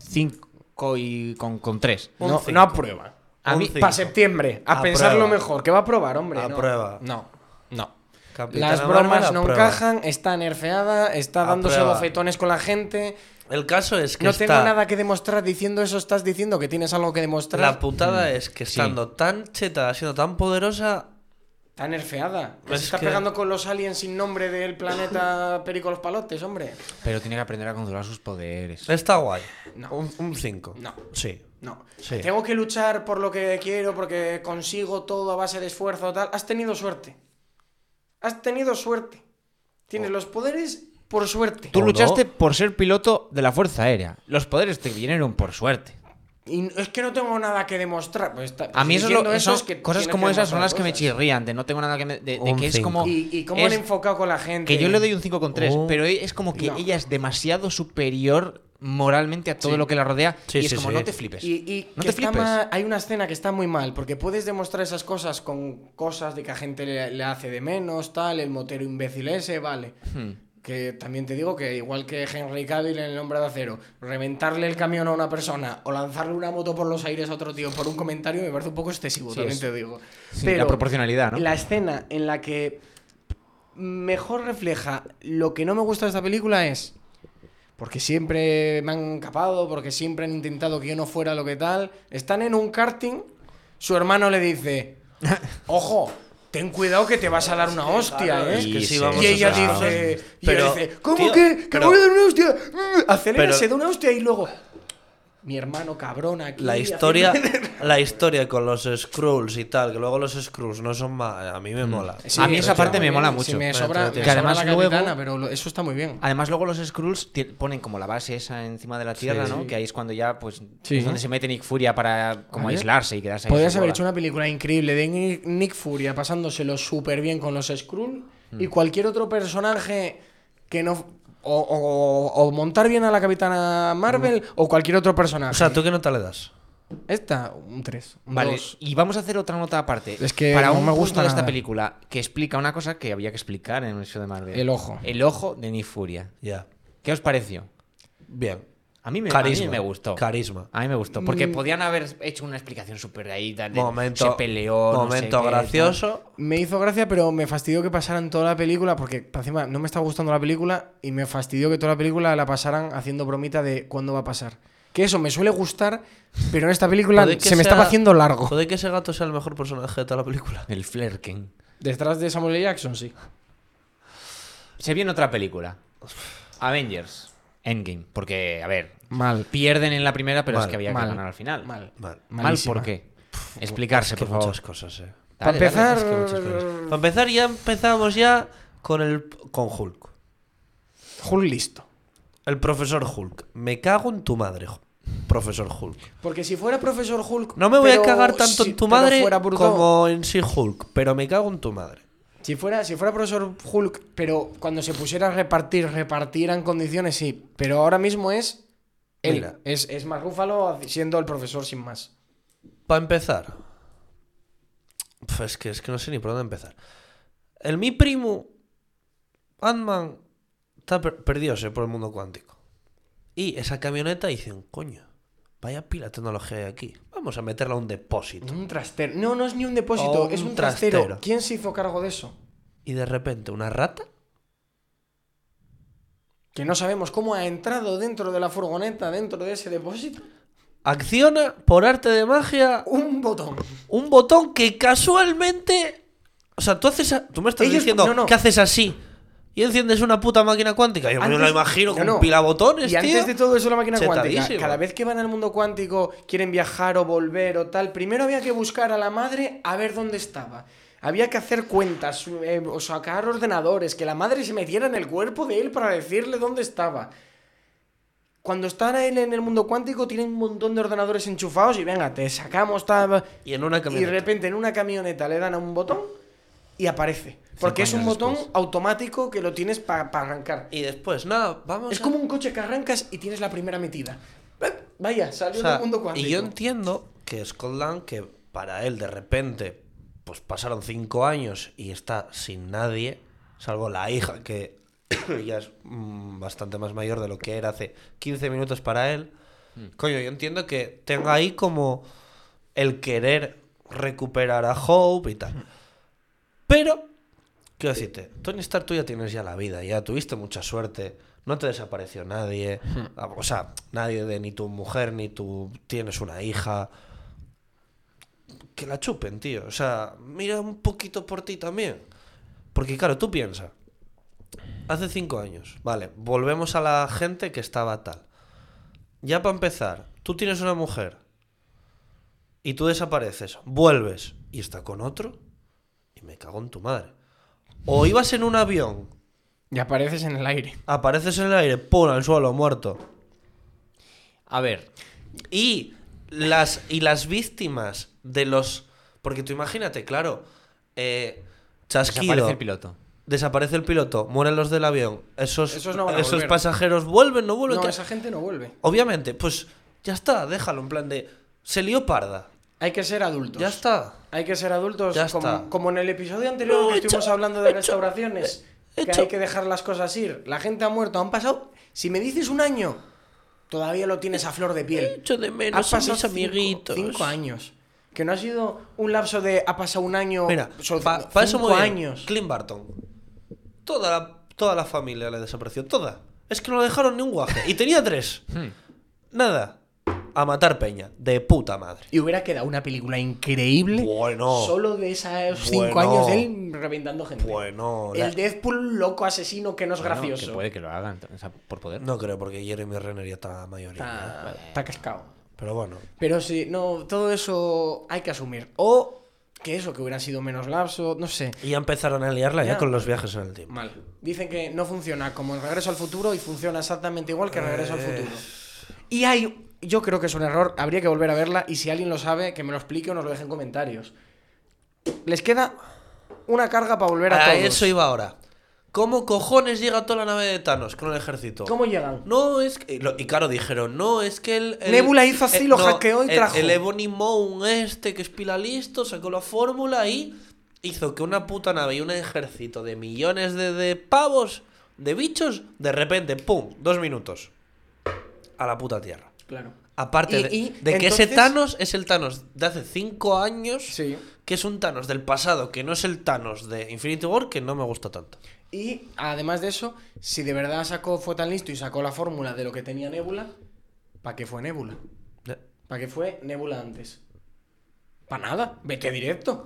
5 y con 3. Un No, 5. no aprueba. A Un mí, 5. Para septiembre, a Aprueba. pensarlo mejor. ¿Qué va a probar, hombre? No. Aprueba. No. Capitana Las bromas Marvel no aprueba. encajan, está nerfeada, está dándose Aprueba. bofetones con la gente. El caso es que No está... tengo nada que demostrar diciendo eso, estás diciendo que tienes algo que demostrar. La putada es que Sí. estando tan cheta, siendo tan poderosa... Está nerfeada. Que Es se está que- pegando con los aliens sin nombre del planeta Perico los Palotes, hombre. pero tiene que aprender a controlar sus poderes. Está guay. No. Un 5. No. Sí. No. Sí. Tengo que luchar por lo que quiero, porque consigo todo a base de esfuerzo tal. Has tenido suerte. Has tenido suerte. Tienes los poderes por suerte. Tú ¿O luchaste no? por ser piloto de la Fuerza Aérea. Los poderes te vinieron por suerte. Y es que no tengo nada que demostrar. Pues A mí eso, diciendo eso es que cosas tienes como que esas son demostrar las que me cosas. chirrían, de no tengo nada que de Un que es 5. como Y cómo han es- enfocado con la gente. que yo le doy un 5,3, Oh. pero es como que No. ella es demasiado superior moralmente a todo lo que la rodea Sí, y es sí, como sí. no te flipes. Y no que te está flipes. hay una escena que está muy mal, porque puedes demostrar esas cosas con cosas de que a gente le hace de menos, tal, el motero imbécil ese, vale. Que también te digo que igual que Henry Cavill en El Hombre de Acero, reventarle el camión a una persona o lanzarle una moto por los aires a otro tío por un comentario me parece un poco excesivo, Sí, también es- te digo. Sí, Pero la proporcionalidad, ¿no? la escena en la que mejor refleja lo que no me gusta de esta película es porque siempre me han capado, porque siempre han intentado que yo no fuera lo que tal. Están en un karting, su hermano le dice, ojo, ten cuidado que te vas a dar una hostia, ¿eh? Es que sí, Sí, vamos Y a ella ser dice, sinceros. y ella Pero, dice, ¿cómo tío, que? ¿Que pero- me voy a dar una hostia? Acelera, Pero- se da una hostia y luego, mi hermano cabrón aquí. La historia con los Skrulls y tal, que luego los Skrulls no son más... A mí me mola. Sí, A mí esa está parte muy me mola bien. mucho. Sí, me Me sobra, entretiene. me Que además sobra la luego- capitana, pero eso está muy bien. Además, luego los Skrulls ponen como la base esa encima de la tierra, Sí. ¿no? Que ahí es cuando ya, pues, Sí. es donde se mete Nick Furia para como Vale. aislarse y quedarse ahí. Podrías en su haber bola. hecho una película increíble de Nick Furia pasándoselo súper bien con los Skrull y cualquier otro personaje que no... O montar bien a la Capitana Marvel o cualquier otro personaje. O sea, ¿tú qué nota le das? Esta, un 3. Un Vale, 2. y vamos a hacer otra nota aparte. Es que para no un me punto gusta de esta nada. película que explica una cosa que había que explicar en el show de Marvel. El ojo. El ojo de Nick Furia. Ya. ¿Qué os pareció? Bien. A mí me Carisma. me gustó. Carisma. A mí me gustó. Porque podían haber hecho una explicación súper ahí. De, Momento, se peleó. no sé momento qué, gracioso. Me hizo gracia, pero me fastidió que pasaran toda la película, porque por encima no me está gustando la película y me fastidió que toda la película la pasaran haciendo bromita de cuándo va a pasar. Que eso me suele gustar, pero en esta película Puede que se me estaba sea- haciendo largo. Puede que ese gato sea el mejor personaje de toda la película. tal. El Flerken. Detrás de Samuel L. Jackson, sí. Se viene otra película. Avengers. Endgame. Porque, a ver, Mal. pierden en la primera, pero Mal, es que había mal, que ganar al final. Mal. Mal. ¿Mal Malísima. por qué? Explicarse, Es que por favor. muchas cosas, Para Dale, empezar, dale. Es que muchas cosas. Para empezar, ya empezamos ya con Hulk. Hulk listo. El profesor Hulk. Me cago en tu madre, profesor Hulk. Porque si fuera profesor Hulk. No me voy a pero cagar tanto si- en tu pero madre fuera bruto, como en sí Hulk, pero me cago en tu madre. Si fuera profesor Hulk, pero cuando se pusiera a repartir en condiciones, sí. Pero ahora mismo es él. Mira. Es Mark Ruffalo siendo el profesor sin más. Para empezar. Es que no sé ni por dónde empezar. Mi primo, Ant-Man, está perdióse por el mundo cuántico. Y esa camioneta dicen, coño, vaya pila de tecnología hay aquí. Vamos a meterla a un depósito. Un trastero. No, no es ni un depósito, O es un un trastero. trastero. ¿Quién se hizo cargo de eso? Y de repente una rata que no sabemos cómo ha entrado dentro de la furgoneta, dentro de ese depósito. Acciona, por arte de magia, Un botón. un botón que casualmente... O sea, tú me estás Ellos- diciendo no. que haces así y enciendes una puta máquina cuántica. Yo me lo Antes- imagino con no. pilabotones, Y antes tío. de todo eso, la máquina cuántica, Chetadísimo. cada vez que van al mundo cuántico, quieren viajar o volver o tal, primero había que buscar a la madre a ver dónde estaba. Había que hacer cuentas, o sacar ordenadores, que la madre se metiera en el cuerpo de él para decirle dónde estaba. Cuando está él en el mundo cuántico, tienen un montón de ordenadores enchufados y venga, te sacamos tal... Y en una Y de camioneta. repente en una camioneta le dan a un botón y aparece. Porque es un años botón después. automático que lo tienes para arrancar. Y después, nada, vamos Es a... como un coche que arrancas y tienes la primera metida. Vaya, salió O sea, del mundo cuántico. y yo entiendo que Scott Lang, que para él de repente, pues pasaron 5 años y está sin nadie, salvo la hija, que ya es bastante más mayor de lo que era hace 15 minutos para él. Coño, yo entiendo que tenga ahí como el querer recuperar a Hope y tal. Pero, quiero decirte, Tony Stark, tú ya tienes ya la vida, ya tuviste mucha suerte, no te desapareció nadie, o sea, nadie de ni tu mujer ni tú tienes una hija. Que la chupen, tío. O sea, mira un poquito por ti también. Porque claro, tú piensas, hace 5 años, vale, volvemos a la gente que estaba tal. Ya para empezar, tú tienes una mujer y tú desapareces, vuelves y está con otro y me cago en tu madre. O ibas en un avión, Y apareces en el aire. apareces en el aire, ¡pum! Al suelo, muerto. A ver, Y las víctimas de los... Porque tú imagínate, claro, chasquido, desaparece el piloto. desaparece el piloto, mueren los del avión, esos no van a volver. pasajeros vuelven, no vuelven. No, ¿qué? esa gente no vuelve. Obviamente, pues ya está, déjalo, en plan de... Se lió parda, Hay que ser adultos. ya está. Hay que ser adultos. Ya como, está. como en el episodio anterior No, que estuvimos hablando de restauraciones. Que hecho. hay que dejar las cosas ir. La gente ha muerto. Han pasado... Si me dices un año, todavía lo tienes a flor de piel. Echo de Ha menos a pasado mis amiguitos. 5 años. Que no ha sido un lapso de ha pasado un año. Mira, son para eso 5 muy bien. años. Clint Barton. Toda la familia le desapareció. Toda. Es que no le dejaron ni un guaje. Y tenía 3. Nada. A matar peña. De puta madre. Y hubiera quedado una película increíble. Bueno. Solo de esos 5 Bueno. años de él reventando gente. Bueno. El Deadpool loco asesino que no es Bueno, gracioso. que puede que lo hagan, o sea, por poder. No creo, porque Jeremy Renner ya está mayor. Está cascado. Pero bueno. Pero sí, no, todo eso hay que asumir. O que eso, que hubiera sido menos lapso, no sé. Y ya empezaron a liarla ya Ya. con los viajes en el tiempo. Mal. Dicen que no funciona como en Regreso al Futuro y funciona exactamente igual que Regreso al Futuro. Y hay, yo creo que es un error, habría que volver a verla y si alguien lo sabe, que me lo explique o nos lo deje en comentarios. Les queda una carga para volver a A todos. eso iba ahora. ¿Cómo cojones llega toda la nave de Thanos con el ejército? ¿Cómo llegan? No, es que... Y claro, dijeron, no, es que el Nebula hizo así, lo hackeó y trajo. El Ebony Maw que es pila listo, sacó la fórmula y hizo que una puta nave y un ejército de millones de pavos, de bichos, de repente, ¡pum! 2 minutos. A la puta Tierra. Claro. Aparte Y de que ese entonces- Thanos es el Thanos de hace 5 años, Sí. que es un Thanos del pasado, que no es el Thanos de Infinity War, que no me gusta tanto. Y además de eso, si de verdad fue tan listo y sacó la fórmula de lo que tenía Nebula, ¿para qué fue Nebula? ¿Para qué fue Nebula antes? Para nada, vete directo.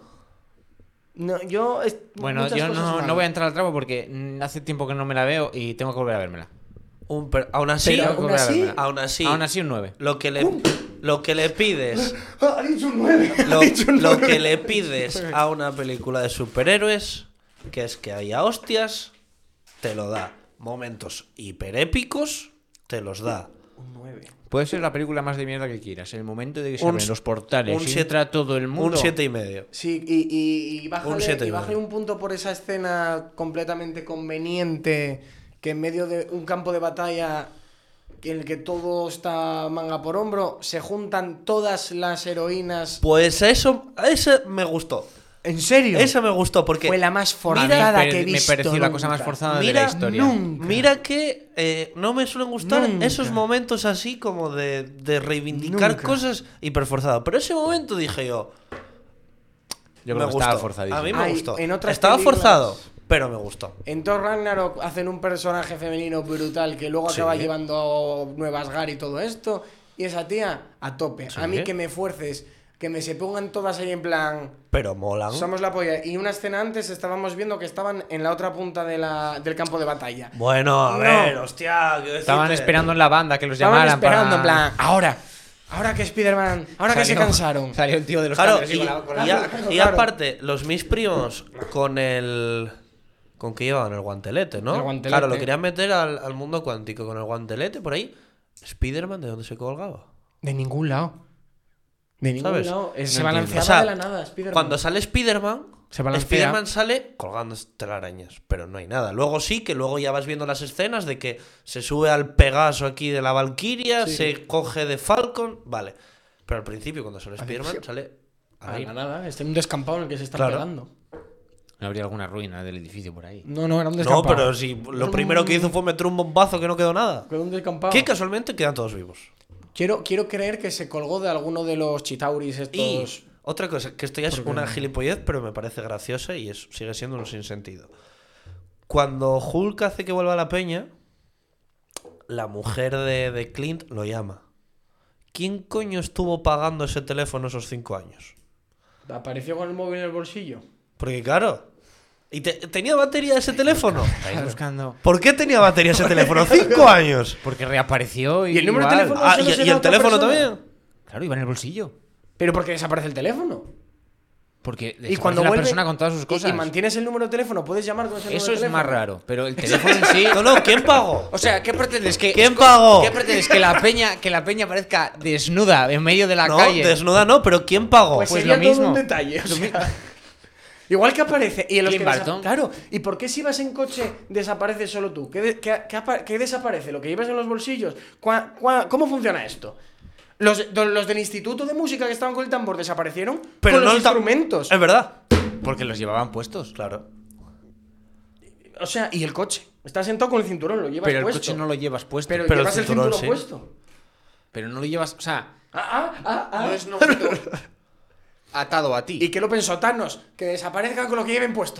No, yo. Bueno, muchas yo cosas mal. no voy a entrar al trapo porque hace tiempo que no me la veo y tengo que volver a vérmela. Aún así, Pero Tengo que volver a así- vérmela. aún así, un 9. lo que le pides, Ha dicho un 9. lo que le pides a una película de superhéroes, que es que haya hostias, te lo da. Momentos hiperépicos, te los da. Un 9. Puede ser la película más de mierda que quieras. En el momento de que se Un abren s- los portales un y siete- entra todo el mundo. Un 7,5. Sí, y bájale, Un 7,5. bájale un punto por esa escena completamente conveniente que en medio de un campo de batalla en el que todo está manga por hombro, se juntan todas las heroínas. Pues eso, ese me gustó. ¿En serio? Ese me gustó porque Fue la más A mí forzada que he me visto. pareció la cosa más nunca. forzada de Mira, la historia. mira que no me suelen gustar Nunca. esos momentos así como de reivindicar Nunca. cosas hiperforzadas. Pero ese momento dije yo, Yo me creo que estaba gustó. forzadísimo. A mí me Ay, gustó. en otras Estaba películas- forzado, pero me gustó. En Thor Ragnarok hacen un personaje femenino brutal que luego acaba Sí. llevando Nueva Asgard y todo esto. Y esa tía, a tope. Sí. A mí que me fuerces, que me se pongan todas ahí en plan... Pero molan. Somos la polla. Y una escena antes estábamos viendo que estaban en la otra punta del campo de batalla. Bueno, a No. ver, hostia. quiero Estaban decirte. esperando en la banda que los Estaban llamaran esperando, en para... plan, ahora que Spider-Man, ahora que se Salió- cansaron. Salió el tío de los Claro, cables y, con la- con la- y Claro. aparte, los mis primos con el. ¿Con qué llevaban? El guantelete, ¿no? El guantelete. Claro, lo querían meter al mundo cuántico con el guantelete por ahí. ¿Spider-Man de dónde se colgaba? De ningún lado. De ningún ¿Sabes? lado. Se No balanceaba O sea, de la nada, Spider-Man. Cuando sale Spider-Man, Se balancea. Spider-Man sale colgando telarañas, pero no hay nada. Luego sí, que luego ya vas viendo las escenas de que se sube al Pegaso aquí de la Valkyria, Sí. se coge de Falcon, vale. Pero al principio, cuando sale Spider-Man, sale al A aire. la nada. Está en un descampado en el que se están Claro. pegando. No habría alguna ruina del edificio por ahí. No, era un No, descampado. pero si lo primero que hizo fue meter un bombazo que no quedó nada. Quedó un descampado. Que casualmente quedan todos vivos. Quiero creer que se colgó de alguno de los chitauris estos. Y otra cosa, que esto ya es una gilipollez, pero me parece graciosa y sigue siendo un sinsentido. Cuando Hulk hace que vuelva a la peña, la mujer de Clint lo llama. ¿Quién coño estuvo pagando ese teléfono esos 5 años? Apareció con el móvil en el bolsillo. Porque claro, ¿tenía batería ese teléfono? Estáis buscando... ¿Por qué tenía batería ese teléfono? 5 años. Porque reapareció y... ¿Y el número de igual. teléfono? Ah, solo y será el otra teléfono persona? también. Claro, iba en el bolsillo. Pero porque desaparece el teléfono. Porque Y desaparece cuando la vuelve. persona con todas sus cosas. Y mantienes el número de teléfono, puedes llamar con ese número Eso de es teléfono. más raro. Pero el teléfono en sí... No, no, ¿quién pagó? O sea, ¿qué pretendes? ¿Quién pagó? ¿Qué pretendes? ¿Que la peña aparezca desnuda en medio de la No, calle? desnuda no, pero ¿quién pagó? Pues, Pues sería lo todo mismo. un detalle. o sea, igual que aparece. Y en los Clint que Barton. Claro. ¿Y por qué si vas en coche desapareces solo tú? ¿Qué desaparece? ¿Lo que llevas en los bolsillos? ¿Cómo funciona esto? Los del Instituto de Música que estaban con el tambor desaparecieron Pero con no los el tam- instrumentos. Es verdad. Porque los llevaban puestos. Claro. O sea, y el coche. Estás sentado con el cinturón, lo llevas Pero el puesto. coche no lo llevas puesto. Pero, Pero el llevas el cinturón cinturón, sí. puesto. Pero no lo llevas... O sea, No es no es atado a ti. ¿Y qué lo pensó Thanos? Que desaparezcan con lo que lleven puesto.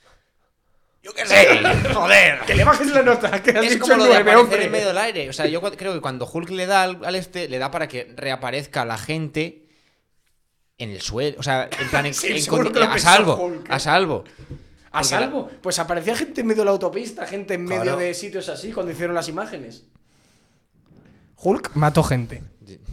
yo qué sé. Joder. Que le bajes la nota. Que has Es dicho como lo de 9, aparecer hombre. en medio del aire. O sea, yo creo que cuando Hulk le da al este, le da para que reaparezca la gente en el suelo. O sea, en plan, Sí, seguro que lo a pensó salvo. Hulk, ¿eh? A salvo. ¿A Porque salvo? Pues aparecía gente en medio de la autopista, gente en medio Claro. de sitios así cuando hicieron las imágenes. Hulk mató gente.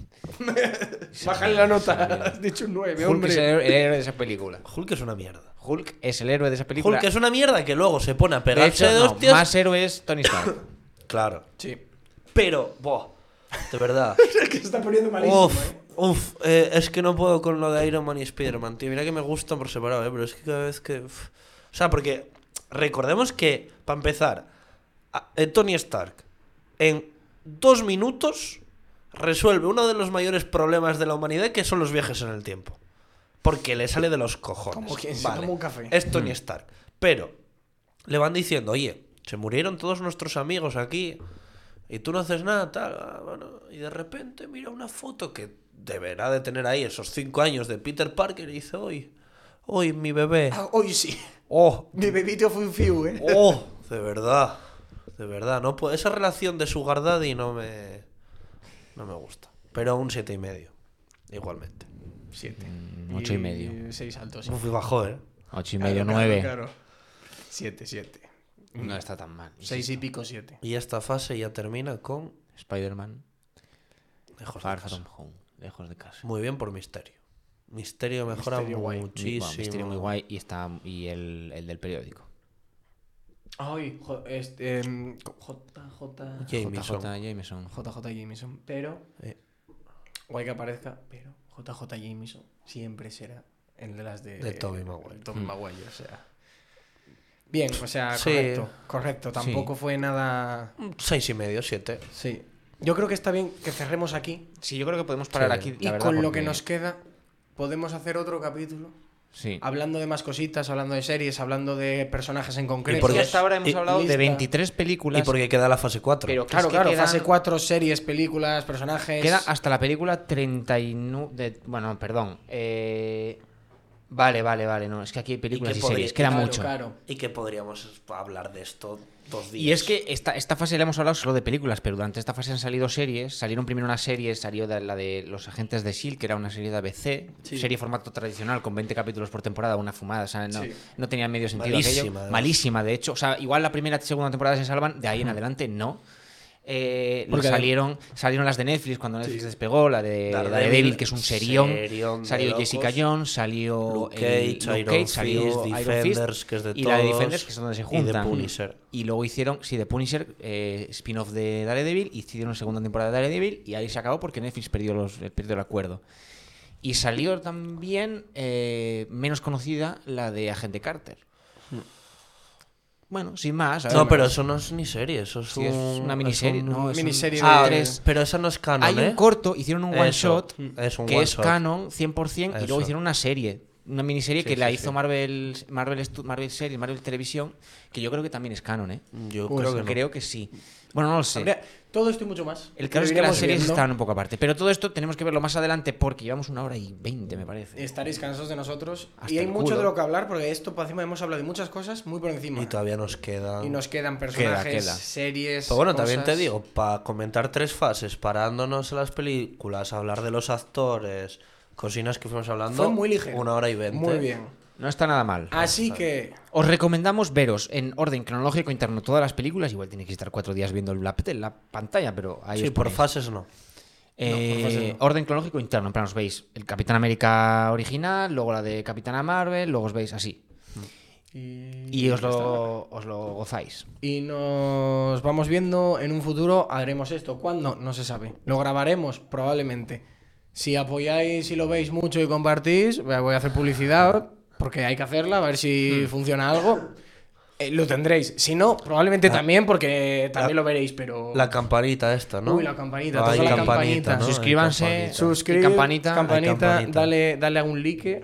Bájale la nota. Has dicho un 9, Hulk es hombre. el héroe de esa película. Hulk es una mierda. Hulk es el héroe de esa película. Hulk es una mierda que luego se pone a De pegarse hecho, de no, hostias. más héroe es Tony Stark. Claro. Sí. Pero, buah, de verdad. Es que se está poniendo malísimo, Uf, es que no puedo con lo de Iron Man y Spider-Man, tío. Mira que me gustan por separado, pero es que cada vez que... O sea, porque recordemos que, para empezar, Tony Stark en 2 minutos resuelve uno de los mayores problemas de la humanidad, que son los viajes en el tiempo. Porque le sale de los cojones. Como quien se Vale, toma un café. es Tony Stark. Pero le van diciendo, oye, se murieron todos nuestros amigos aquí y tú no haces nada, tal. Bueno, y de repente mira una foto que deberá de tener ahí esos 5 años de Peter Parker y dice, hoy mi bebé. Hoy sí. Oh, Mi bebito fue un fiu, oh, de verdad. De verdad, no puedo. Esa relación de Sugar Daddy no me gusta. Pero un 7,5. Igualmente. 7. 8,5. 6 altos. Sí. Uf, bajó, 8,5, 9. Claro. 7. No está tan mal. 6 y pico, 7. Y esta fase ya termina con Spider-Man, Lejos de Far casa. From Home, lejos de casa. Muy bien por Misterio. Misterio mejora Misterio guay. muchísimo. Misterio muy guay y el del periódico. Ay, JJ Jameson. Jameson. Jameson. Pero, Eh. guay que aparezca, pero JJ Jameson siempre será el de las De Tobey Maguire. Tobey Maguire, o sea. Bien, o sea, Sí. correcto. Tampoco fue nada. 6,5, 7. Sí. Yo creo que está bien que cerremos aquí. Sí, yo creo que podemos parar Sí. aquí. Y la verdad, con lo porque- que nos queda, podemos hacer otro capítulo. Sí. Hablando de más cositas, hablando de series, hablando de personajes en concreto. porque Porque hasta ahora hemos y- hablado de lista. 23 películas. Y porque queda la fase 4. Pero que Claro, es que claro, quedan- fase 4, series, películas, personajes. Queda hasta la película 39. Bueno, perdón. Vale. No, es que aquí hay películas y que series. Queda Claro, mucho. Claro. Y que podríamos hablar de esto 2 días. Y es que esta fase le hemos hablado solo de películas, pero durante esta fase han salido series. Salieron primero unas series, salió la de Los Agentes de S.H.I.E.L.D., que era una serie de ABC, Sí. serie formato tradicional con 20 capítulos por temporada, una fumada, o sea, no, Sí. no tenía medio sentido Malísima, aquello. además. Malísima, de hecho. O sea, igual la primera y segunda temporada se salvan, de ahí en adelante no. Porque Salieron las de Netflix cuando Netflix despegó, la de Daredevil, que es un serión. serión de Salió locos. Jessica Jones, salió Luke Cage, Iron salió Fist, Iron Defenders, Fist, que es de y la de todos, Defenders, que es donde se y juntan. The Punisher. Y luego hicieron, The Punisher, spin-off de Daredevil, hicieron segunda temporada de Daredevil, y ahí se acabó porque Netflix perdió el acuerdo. Y salió también, menos conocida, la de Agente Carter. Bueno, sin más. a ver, No, pero eso no es ni serie, eso es, Sí, es una miniserie. No, es miniserie son de- tres. Pero esa no es canon, Hay un corto, hicieron un one Eso, shot es un que one es shot. canon 100% y luego Eso. hicieron una serie. Una miniserie que Sí, la sí, hizo sí. Marvel Series, Marvel Televisión, que yo creo que también es canon, ¿eh? Yo Pues creo que no. Creo que sí. Bueno, no lo sé. Todo esto y mucho más. El caso es Lo que las iremos series viendo. estaban un poco aparte. Pero todo esto tenemos que verlo más adelante porque llevamos 1 hora y 20, me parece. Estaréis cansados de nosotros. Hasta y hay el mucho culo. de lo que hablar porque esto por encima hemos hablado de muchas cosas muy por encima. Y todavía nos queda. Y nos quedan personajes, Queda. series. Pero bueno, también te cosas. digo, para comentar 3 fases, parándonos en las películas, hablar de los actores, cosinas que fuimos hablando. Fue muy ligero. 1 hora y 20. Muy bien. No está nada mal. Así que. Os recomendamos veros en orden cronológico interno todas las películas. Igual tenéis que estar 4 días viendo la pantalla, pero ahí Sí, os por ponéis. fases no. por fases no. Orden cronológico interno. En plan, os veis el Capitán América original, luego la de Capitana Marvel, luego os veis así. Y os lo gozáis. Y nos vamos viendo en un futuro. Haremos esto. ¿Cuándo? No se sabe. Lo grabaremos, probablemente. Si apoyáis y lo veis mucho y compartís, voy a hacer publicidad porque hay que hacerla, a ver si funciona algo. Lo tendréis. Si no, probablemente también, porque también lo veréis, pero. La campanita esta, ¿no? Uy, la campanita, Hay toca la campanita, campanita. ¿no? Hay Suscríbanse. campanita. Suscribir, Y campanita. Campanita. dale a un like.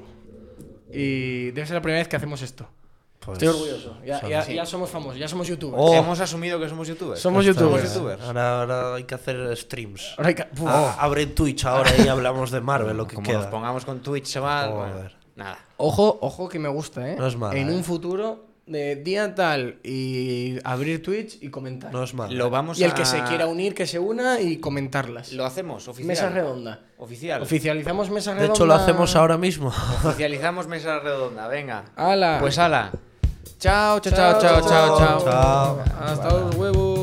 Y debe ser la primera vez que hacemos esto. Pues, Estoy orgulloso. sí. Ya somos famosos, ya somos youtubers. Oh. Hemos asumido que somos youtubers. Somos ya está. youtubers. Ahora hay que hacer streams. Ahora hay que- Uf. Abre Twitch ahora y hablamos de Marvel, lo que Como queda. nos pongamos con Twitch, chaval. Joder. Bueno, nada. Ojo que me gusta, ¿eh? No es mala, En ¿eh? un futuro, de día tal, y abrir Twitch y comentar. No es malo. Lo vamos Y el a... que se quiera unir, que se una y comentarlas. Lo hacemos, oficial. Mesa redonda. Oficial. Oficializamos mesa De redonda. hecho, lo hacemos ahora mismo. Oficializamos mesa redonda, venga. ¡Hala! Pues ala. Chao, chao, chao, chao, chao, chao. Chao. Hasta los huevos.